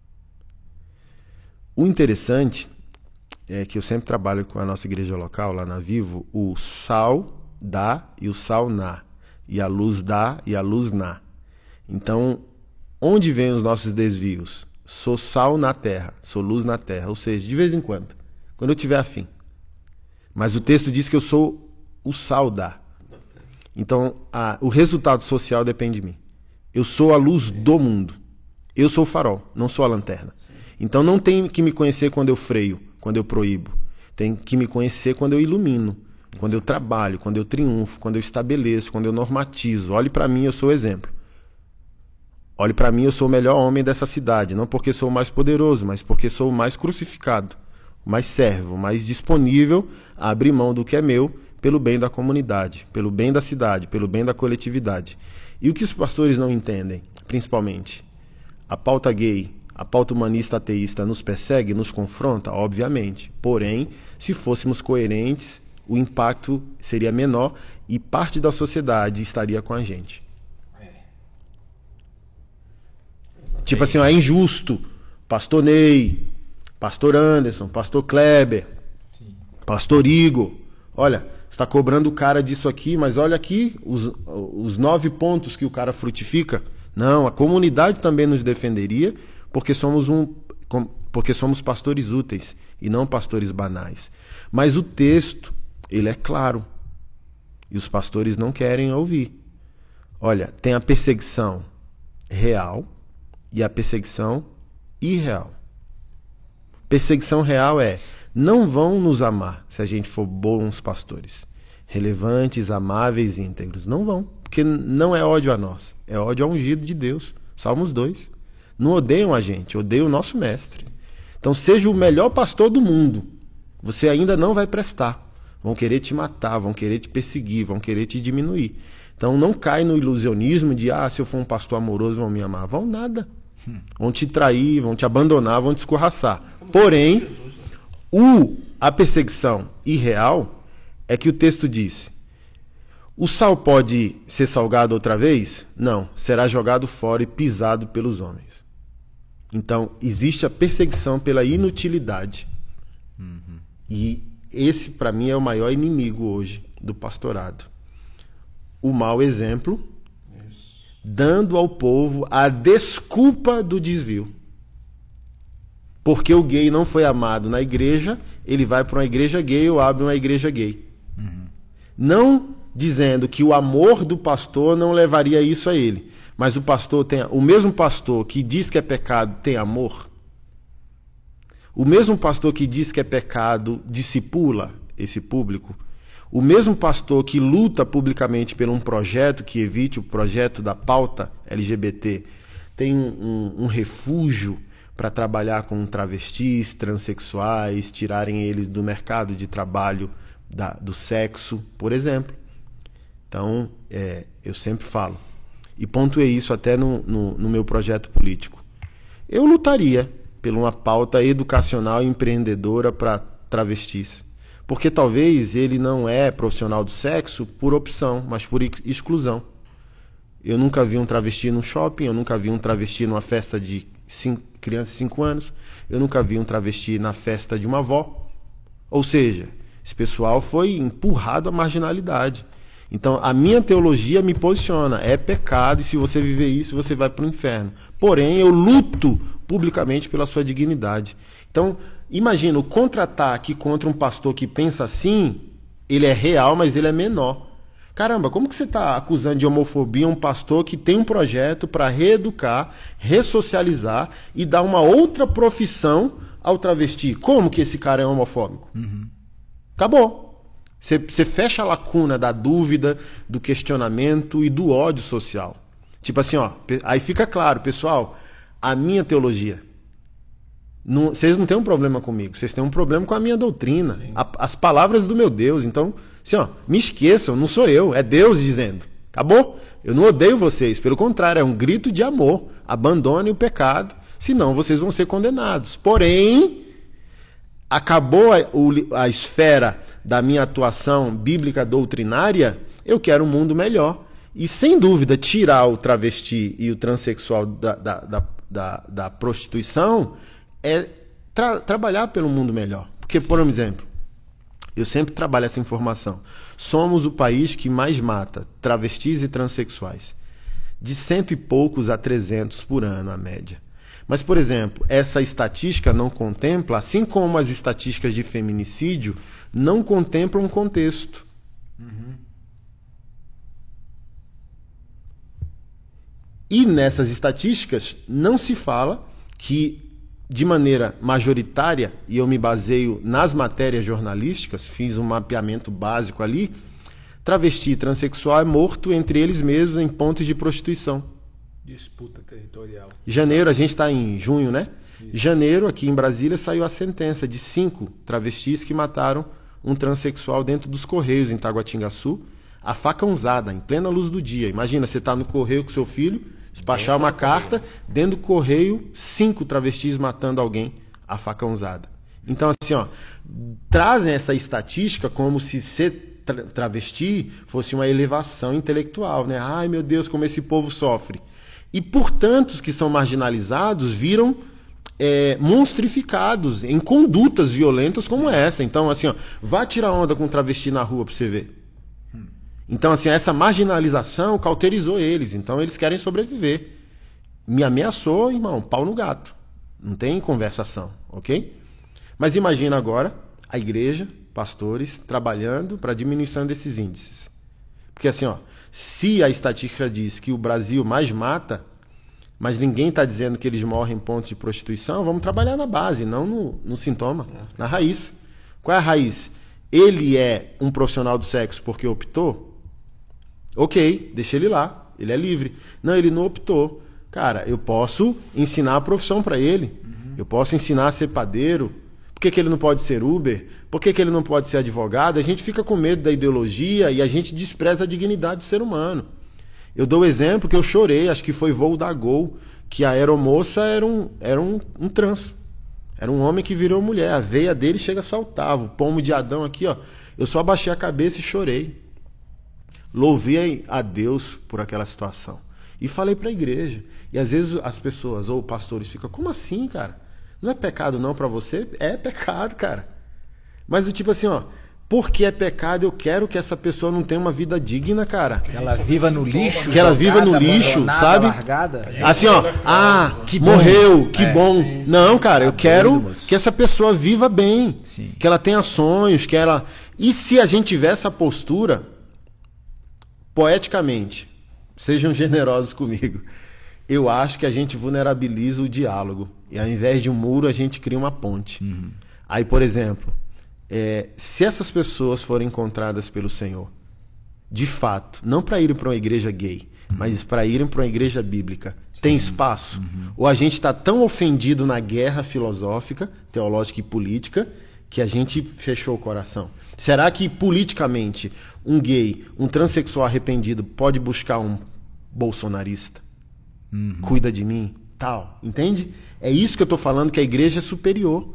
O interessante é que eu sempre trabalho com a nossa igreja local, lá na Vivo, o sal dá e o sal na, e a luz dá e a luz na. Então, onde vêm os nossos desvios? Sou sal na terra, sou luz na terra, ou seja, de vez em quando, quando eu tiver afim. Mas o texto diz que eu sou o sal da. Então, a, o resultado social depende de mim. Eu sou a luz do mundo. Eu sou o farol, não sou a lanterna. Então não tem que me conhecer quando eu freio, quando eu proíbo. Tem que me conhecer quando eu ilumino, quando eu trabalho, quando eu triunfo, quando eu estabeleço, quando eu normatizo. Olhe para mim, eu sou o exemplo. Olhe para mim, eu sou o melhor homem dessa cidade. Não porque sou o mais poderoso, mas porque sou o mais crucificado, o mais servo, o mais disponível a abrir mão do que é meu pelo bem da comunidade, pelo bem da cidade, pelo bem da coletividade. E o que os pastores não entendem, principalmente? A pauta gay, a pauta humanista ateísta nos persegue, nos confronta? Obviamente. Porém, se fôssemos coerentes, o impacto seria menor e parte da sociedade estaria com a gente. É. Tipo assim, ó, é injusto. Pastor Ney, Pastor Anderson, Pastor Kleber, sim, Pastor Igor. Olha, você está cobrando o cara disso aqui, mas olha aqui os, os nove pontos que o cara frutifica. Não, a comunidade também nos defenderia, porque somos, um, porque somos pastores úteis e não pastores banais. Mas o texto, ele é claro. E os pastores não querem ouvir. Olha, tem a perseguição real e a perseguição irreal. Perseguição real é: não vão nos amar se a gente for bons pastores, relevantes, amáveis e íntegros. Não vão, porque não é ódio a nós, é ódio ao ungido de Deus. Salmos dois. Não odeiam a gente, odeiam o nosso mestre. Então seja o melhor pastor do mundo, você ainda não vai prestar. Vão querer te matar, vão querer te perseguir, vão querer te diminuir. Então não cai no ilusionismo de, ah, se eu for um pastor amoroso vão me amar. Vão nada. Vão te trair, vão te abandonar, vão te escorraçar. Porém, o, a perseguição irreal é que o texto diz: o sal pode ser salgado outra vez? Não, será jogado fora e pisado pelos homens. Então, existe a perseguição pela inutilidade. Uhum. E esse, para mim, é o maior inimigo hoje do pastorado. O mau exemplo, isso, dando ao povo a desculpa do desvio. Porque o gay não foi amado na igreja, ele vai para uma igreja gay ou abre uma igreja gay. Uhum. Não dizendo que o amor do pastor não levaria isso a ele. Mas o pastor tem, o mesmo pastor que diz que é pecado tem amor. O mesmo pastor que diz que é pecado discipula esse público. O mesmo pastor que luta publicamente por um projeto que evite o projeto da pauta L G B T tem um, um, um refúgio para trabalhar com travestis, transexuais, tirarem eles do mercado de trabalho da, do sexo, por exemplo. Então, é, eu sempre falo, e pontuei isso até no, no, no meu projeto político. Eu lutaria por uma pauta educacional e empreendedora para travestis. Porque talvez ele não é profissional do sexo por opção, mas por exclusão. Eu nunca vi um travesti no shopping, eu nunca vi um travesti numa festa de cinco, criança de cinco anos, eu nunca vi um travesti na festa de uma avó. Ou seja, esse pessoal foi empurrado à marginalidade. Então, a minha teologia me posiciona, é pecado, e se você viver isso, você vai para o inferno. Porém, eu luto publicamente pela sua dignidade. Então, imagina, o contra-ataque contra um pastor que pensa assim, ele é real, mas ele é menor. Caramba, como que você está acusando de homofobia um pastor que tem um projeto para reeducar, ressocializar e dar uma outra profissão ao travesti? Como que esse cara é homofóbico? Uhum. Acabou. Você, você fecha a lacuna da dúvida, do questionamento e do ódio social. Tipo assim, ó, aí fica claro, pessoal, a minha teologia Não, vocês não têm um problema comigo, vocês têm um problema com a minha doutrina, a, as palavras do meu Deus. Então, assim, ó, me esqueçam, não sou eu, é Deus dizendo. Acabou? Eu não odeio vocês, pelo contrário, é um grito de amor. Abandonem o pecado, senão vocês vão ser condenados. Porém, acabou a, o, a esfera da minha atuação bíblica doutrinária, eu quero um mundo melhor. E, sem dúvida, tirar o travesti e o transexual da, da, da, da, da prostituição é tra trabalhar pelo mundo melhor. Porque, por um exemplo, eu sempre trabalho essa informação. Somos o país que mais mata travestis e transexuais. De cento e poucos a trezentos por ano, a média. Mas, por exemplo, essa estatística não contempla, assim como as estatísticas de feminicídio, não contemplam um contexto. Uhum. E nessas estatísticas não se fala que, de maneira majoritária, e eu me baseio nas matérias jornalísticas, fiz um mapeamento básico ali, travesti e transexual é morto entre eles mesmos em pontos de prostituição. Disputa territorial. Janeiro, a gente está em junho, né? Isso. Janeiro, aqui em Brasília, saiu a sentença de cinco travestis que mataram um transexual dentro dos Correios, em Taguatingaçu, a facãozada, em plena luz do dia. Imagina, você está no Correio com seu filho, despachar uma carta, dentro do Correio, cinco travestis matando alguém, a facãozada. Então, assim, ó, trazem essa estatística como se ser tra travesti fosse uma elevação intelectual, né? Ai, meu Deus, como esse povo sofre. E por tantos que são marginalizados, viram é, monstrificados em condutas violentas como essa. Então, assim, ó, vá tirar onda com um travesti na rua para você ver. Então, assim, essa marginalização cauterizou eles. Então, eles querem sobreviver. Me ameaçou, irmão, pau no gato. Não tem conversação, ok? Mas imagina agora a igreja, pastores, trabalhando para a diminuição desses índices. Porque, assim, ó, se a estatística diz que o Brasil mais mata, mas ninguém está dizendo que eles morrem em pontos de prostituição, vamos trabalhar na base, não no, no sintoma, na raiz. Qual é a raiz? Ele é um profissional do sexo porque optou? Ok, deixa ele lá, ele é livre. Não, ele não optou. Cara, eu posso ensinar a profissão para ele. Uhum. Eu posso ensinar a ser padeiro. Por que, que ele não pode ser Uber? Por que, que ele não pode ser advogado? A gente fica com medo da ideologia e a gente despreza a dignidade do ser humano. Eu dou o exemplo que eu chorei, acho que foi Voo da Gol, que a aeromoça era um, era um, um trans. Era um homem que virou mulher. A veia dele chega a saltar. O pomo de Adão aqui, ó. Eu só abaixei a cabeça e chorei. Louvei a Deus por aquela situação. E falei para a igreja. E às vezes as pessoas ou pastores ficam, como assim, cara? Não é pecado não para você? É pecado, cara. Mas o tipo assim, ó, porque é pecado, eu quero que essa pessoa não tenha uma vida digna, cara. Que ela viva no lixo. Que ela viva no lixo, sabe? Largada. Assim, ó, ah, que bom. morreu, que é, bom. sim, sim. Não, cara, eu Tá quero doido, que essa pessoa viva bem. Sim. Que ela tenha sonhos, que ela... E se a gente tiver essa postura, poeticamente, sejam generosos comigo, eu acho que a gente vulnerabiliza o diálogo. E ao invés de um muro, a gente cria uma ponte. Uhum. Aí, por exemplo, é, se essas pessoas forem encontradas pelo Senhor, de fato, não para irem para uma igreja gay, uhum. mas para irem para uma igreja bíblica, sim. tem espaço? Uhum. Ou a gente está tão ofendido na guerra filosófica, teológica e política, que a gente fechou o coração? Será que politicamente um gay, um transexual arrependido pode buscar um bolsonarista? Uhum. Cuida de mim, tal, entende? É isso que eu estou falando, que a igreja é superior.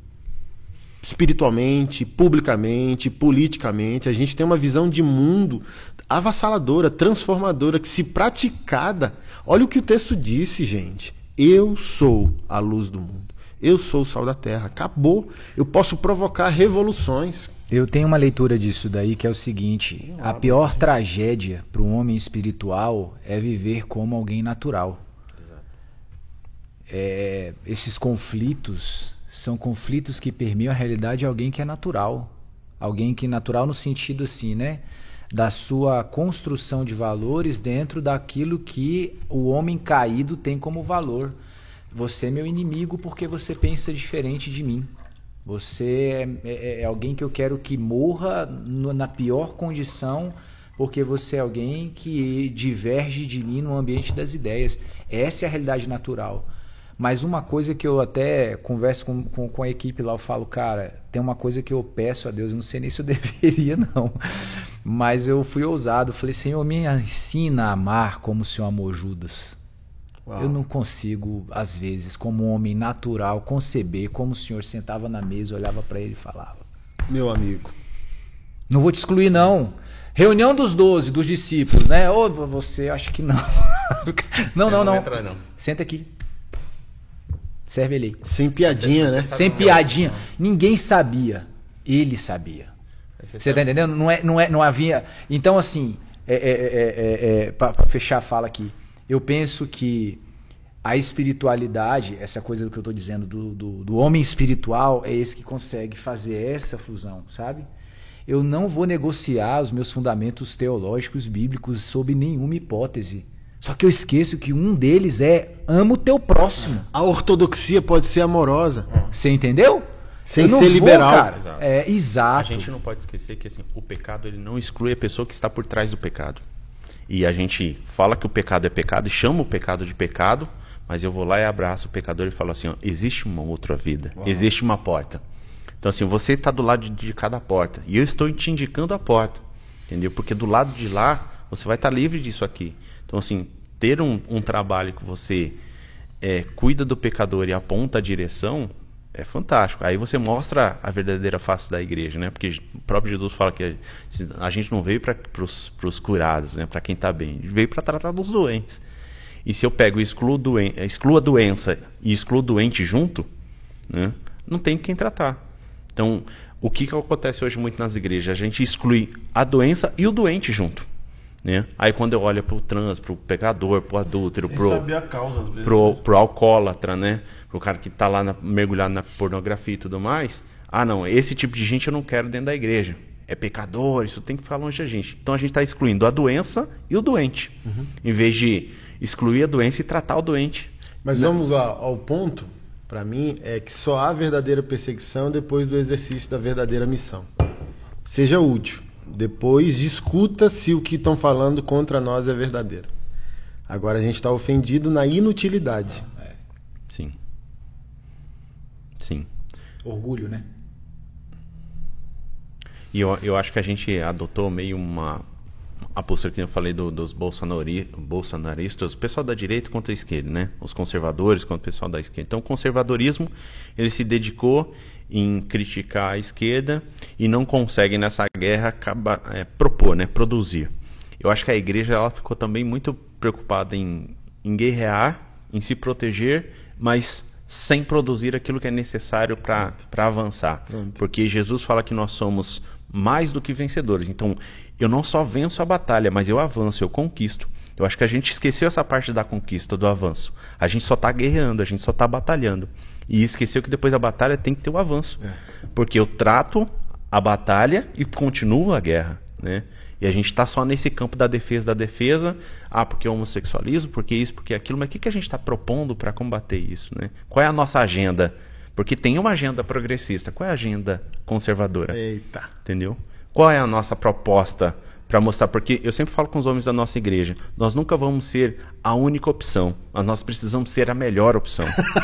Espiritualmente, publicamente, politicamente, a gente tem uma visão de mundo avassaladora, transformadora, que se praticada... Olha o que o texto disse, gente. Eu sou a luz do mundo. Eu sou o sal da terra. Acabou. Eu posso provocar revoluções. Eu tenho uma leitura disso daí que é o seguinte: a pior tragédia para um homem espiritual é viver como alguém natural. É, esses conflitos são conflitos que permeiam a realidade de alguém que é natural. Alguém que é natural no sentido assim, né? Da sua construção de valores dentro daquilo que o homem caído tem como valor. Você é meu inimigo porque você pensa diferente de mim. Você é, é, é alguém que eu quero que morra no, na pior condição porque você é alguém que diverge de mim no ambiente das ideias. Essa é a realidade natural. Mas uma coisa que eu até converso com, com, com a equipe lá, eu falo, cara, tem uma coisa que eu peço a Deus, eu não sei nem se eu deveria não, mas eu fui ousado, eu falei, Senhor, me ensina a amar como o Senhor amou Judas. Uau. Eu não consigo, às vezes, como um homem natural, conceber como o Senhor sentava na mesa, olhava para ele e falava. Meu amigo. Não vou te excluir não. Reunião dos doze, dos discípulos, né? Ou você acha que não. Não, não, não. Não entra, não. Senta aqui. Serve ele aí. Sem piadinha, você, né? Sem piadinha. Ninguém sabia. Ele sabia. Você, você tá entendendo? Não, é, não, é, não havia... Então, assim, é, é, é, é, para fechar a fala aqui, eu penso que a espiritualidade, essa coisa do que eu estou dizendo, do, do, do homem espiritual, é esse que consegue fazer essa fusão, sabe? Eu não vou negociar os meus fundamentos teológicos bíblicos sob nenhuma hipótese. Só que eu esqueço que um deles é ama o teu próximo. A ortodoxia pode ser amorosa. Você entendeu? Sem ser vou, liberal. Cara. Exato. É, exato. A gente não pode esquecer que assim, o pecado ele não exclui a pessoa que está por trás do pecado. E a gente fala que o pecado é pecado e chama o pecado de pecado, mas eu vou lá e abraço o pecador e falo assim, ó, existe uma outra vida, Uau. existe uma porta. Então assim, você está do lado de, de cada porta e eu estou te indicando a porta, entendeu? Porque do lado de lá você vai estar livre disso aqui. Então assim, ter um, um trabalho que você é, cuida do pecador e aponta a direção é fantástico. Aí você mostra a verdadeira face da igreja, né? Porque o próprio Jesus fala que a gente não veio para os curados, né? Para quem está bem, a gente veio para tratar dos doentes. E se eu pego e excluo, doen excluo a doença e excluo o doente junto, né? Não tem quem tratar. Então, o que, que acontece hoje muito nas igrejas? A gente exclui a doença e o doente junto. Né? Aí quando eu olho para o trans, para o pecador, para o adúltero, para o alcoólatra, né? Para o cara que está lá na, mergulhado na pornografia e tudo mais, ah não, esse tipo de gente eu não quero dentro da igreja. É pecador, isso tem que ficar longe da gente. Então a gente está excluindo a doença e o doente, uhum. em vez de excluir a doença e tratar o doente. Mas não. Vamos lá ao ponto, para mim, é que só há verdadeira perseguição depois do exercício da verdadeira missão. Seja útil. Depois discuta se o que estão falando contra nós é verdadeiro. Agora a gente está ofendido na inutilidade. É. Sim. Sim. Orgulho, né? E eu, eu acho que a gente adotou meio uma... A postura que eu falei do, dos bolsonari, bolsonaristas, o pessoal da direita contra a esquerda, né? Os conservadores contra o pessoal da esquerda. Então o conservadorismo ele se dedicou em criticar a esquerda e não consegue nessa guerra acabar, é, propor, né? Produzir. Eu acho que a igreja ela ficou também muito preocupada em, em guerrear, em se proteger, mas sem produzir aquilo que é necessário para avançar. Pronto. Porque Jesus fala que nós somos mais do que vencedores. Então, eu não só venço a batalha, mas eu avanço, eu conquisto. Eu acho que a gente esqueceu essa parte da conquista, do avanço. A gente só está guerreando, a gente só está batalhando. E esqueceu que depois da batalha tem que ter o avanço. É. Porque eu trato a batalha e continuo a guerra, né? E a gente está só nesse campo da defesa da defesa. Ah, porque é homossexualismo, porque isso, porque aquilo. Mas o que, que a gente está propondo para combater isso, né? Qual é a nossa agenda? Porque tem uma agenda progressista. Qual é a agenda conservadora? Eita. Entendeu? Qual é a nossa proposta para mostrar? Porque eu sempre falo com os homens da nossa igreja, nós nunca vamos ser a única opção, mas nós precisamos ser a melhor opção.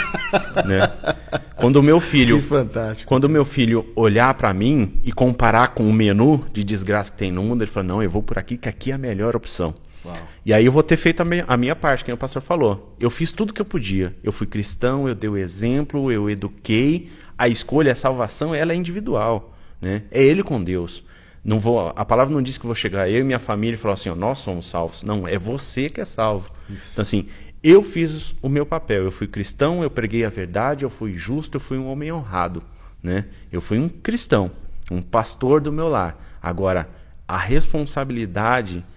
Né? Quando o meu filho, que fantástico. Quando o meu filho olhar para mim e comparar com o menu de desgraça que tem no mundo, ele fala, não, eu vou por aqui, que aqui é a melhor opção. Uau. E aí eu vou ter feito a minha, a minha parte, que o pastor falou. Eu fiz tudo que eu podia. Eu fui cristão, eu dei o exemplo, eu eduquei. A escolha, a salvação, ela é individual. Né? É ele com Deus. Não vou, a palavra não diz que vou chegar eu e minha família e falar assim, ó, nós somos salvos. Não, é você que é salvo. Isso. Então assim, eu fiz o meu papel. Eu fui cristão, eu preguei a verdade, eu fui justo, eu fui um homem honrado. Né? Eu fui um cristão, um pastor do meu lar. Agora, a responsabilidade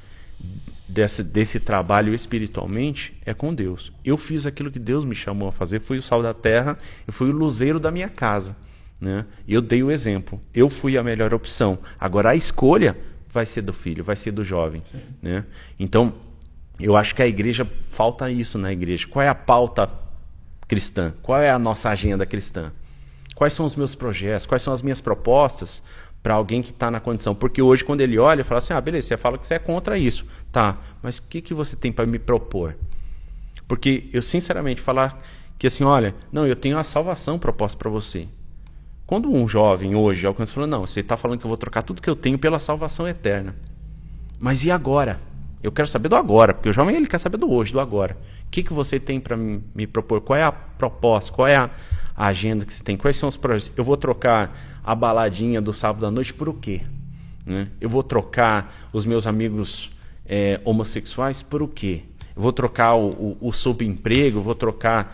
desse, desse trabalho espiritualmente é com Deus. Eu fiz aquilo que Deus me chamou a fazer, fui o sal da terra, eu fui o luzeiro da minha casa. Né? Eu dei o exemplo, eu fui a melhor opção. Agora a escolha vai ser do filho, vai ser do jovem. Né? Então, eu acho que a igreja, falta isso na igreja. Qual é a pauta cristã? Qual é a nossa agenda cristã? Quais são os meus projetos? Quais são as minhas propostas para alguém que está na condição? Porque hoje, quando ele olha, fala assim, ah, beleza, você fala que você é contra isso. Tá, mas o que, que você tem para me propor? Porque eu, sinceramente, falar Que assim, olha, não, eu tenho a salvação proposta para você. Quando um jovem hoje alcança e fala, não, você está falando que eu vou trocar tudo que eu tenho pela salvação eterna. Mas e agora? Eu quero saber do agora, porque o jovem ele quer saber do hoje, do agora. O que, que você tem para me, me propor? Qual é a proposta? Qual é a, a agenda que você tem? Quais são os projetos? Eu vou trocar a baladinha do sábado à noite por o quê? Né? Eu vou trocar os meus amigos é, homossexuais por o quê? Eu vou trocar o, o, o subemprego, eu vou trocar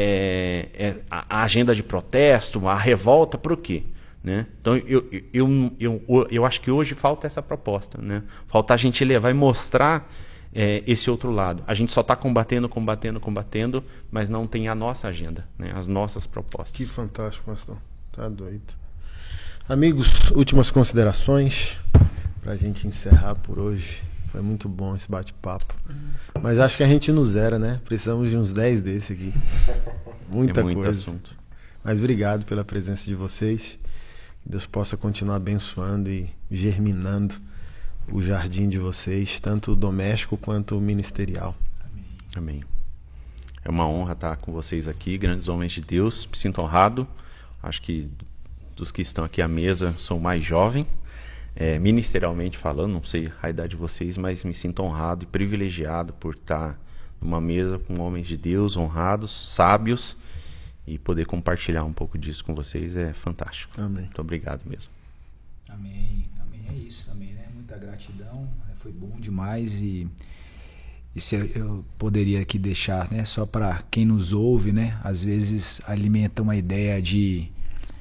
é, é, a, a agenda de protesto, a revolta por o quê? Né? Então eu, eu, eu, eu, eu acho que hoje falta essa proposta, né? Falta a gente levar e mostrar é, esse outro lado. A gente só está combatendo, combatendo, combatendo, mas não tem a nossa agenda, né? As nossas propostas. Que fantástico, pastor. Tá doido. Amigos, últimas considerações para a gente encerrar por hoje. Foi muito bom esse bate-papo. Mas acho que a gente não zera, né? Precisamos de uns dez desse aqui. Muita é muito coisa. assunto. Mas obrigado pela presença de vocês. Que Deus possa continuar abençoando e germinando o jardim de vocês, tanto o doméstico quanto o ministerial. Amém. Amém. É uma honra estar com vocês aqui, grandes homens de Deus. Me sinto honrado. Acho que dos que estão aqui à mesa sou o mais jovem. É, ministerialmente falando, não sei a idade de vocês, mas me sinto honrado e privilegiado por estar numa mesa com homens de Deus, honrados, sábios, e poder compartilhar um pouco disso com vocês é fantástico. Amém. Muito obrigado mesmo. Amém. Amém. É isso também, né? Muita gratidão. Foi bom demais e, e se eu poderia aqui deixar, né? Só para quem nos ouve, né? Às vezes alimenta uma ideia de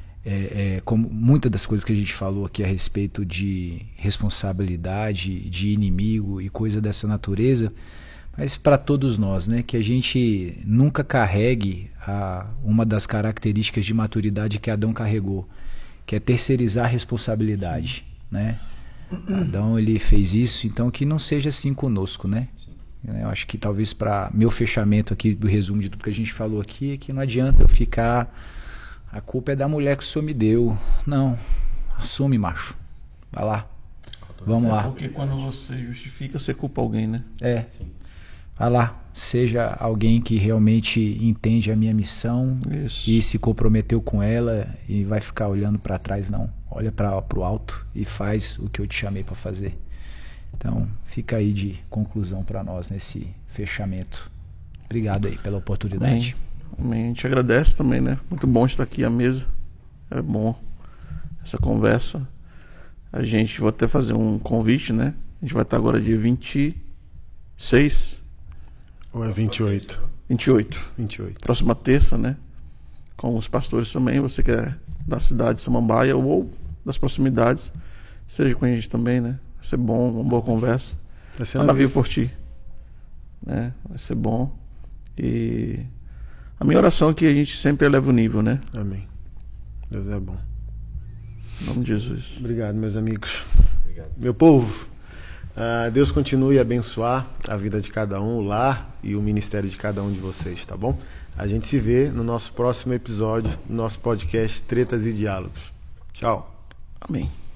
É, é, como muitas das coisas que a gente falou aqui a respeito de responsabilidade, de inimigo e coisa dessa natureza, mas para todos nós, né, que a gente nunca carregue a, uma das características de maturidade que Adão carregou, que é terceirizar a responsabilidade, né? Adão ele fez isso, então que não seja assim conosco, né? Eu acho que talvez para meu fechamento aqui do resumo de tudo que a gente falou aqui, é que não adianta eu ficar a culpa é da mulher que o senhor me deu. Não, assume, macho. Vai lá. Vamos lá. Porque quando você justifica, você culpa alguém, né? É. Vai lá. Seja alguém que realmente entende a minha missão Isso. e se comprometeu com ela e vai ficar olhando para trás, não. Olha para o alto e faz o que eu te chamei para fazer. Então, fica aí de conclusão para nós nesse fechamento. Obrigado aí pela oportunidade. Amém. Amém. A gente agradece também, né? Muito bom estar aqui à mesa. É bom essa conversa. A gente vai até fazer um convite, né? A gente vai estar agora dia vinte e seis. Ou é vinte e oito? vinte e oito. vinte e oito. Próxima terça, né? Com os pastores também. Você que é da cidade de Samambaia ou das proximidades, seja com a gente também, né? Vai ser bom, uma boa conversa. Vai ser A na navio por ti. Né? Vai ser bom. E a minha oração é que a gente sempre eleva o nível, né? Amém. Deus é bom. Em nome de Jesus. Obrigado, meus amigos. Obrigado. Meu povo, uh, Deus continue a abençoar a vida de cada um, o lar e o ministério de cada um de vocês, tá bom? A gente se vê no nosso próximo episódio do nosso podcast Tretas e Diálogos. Tchau. Amém.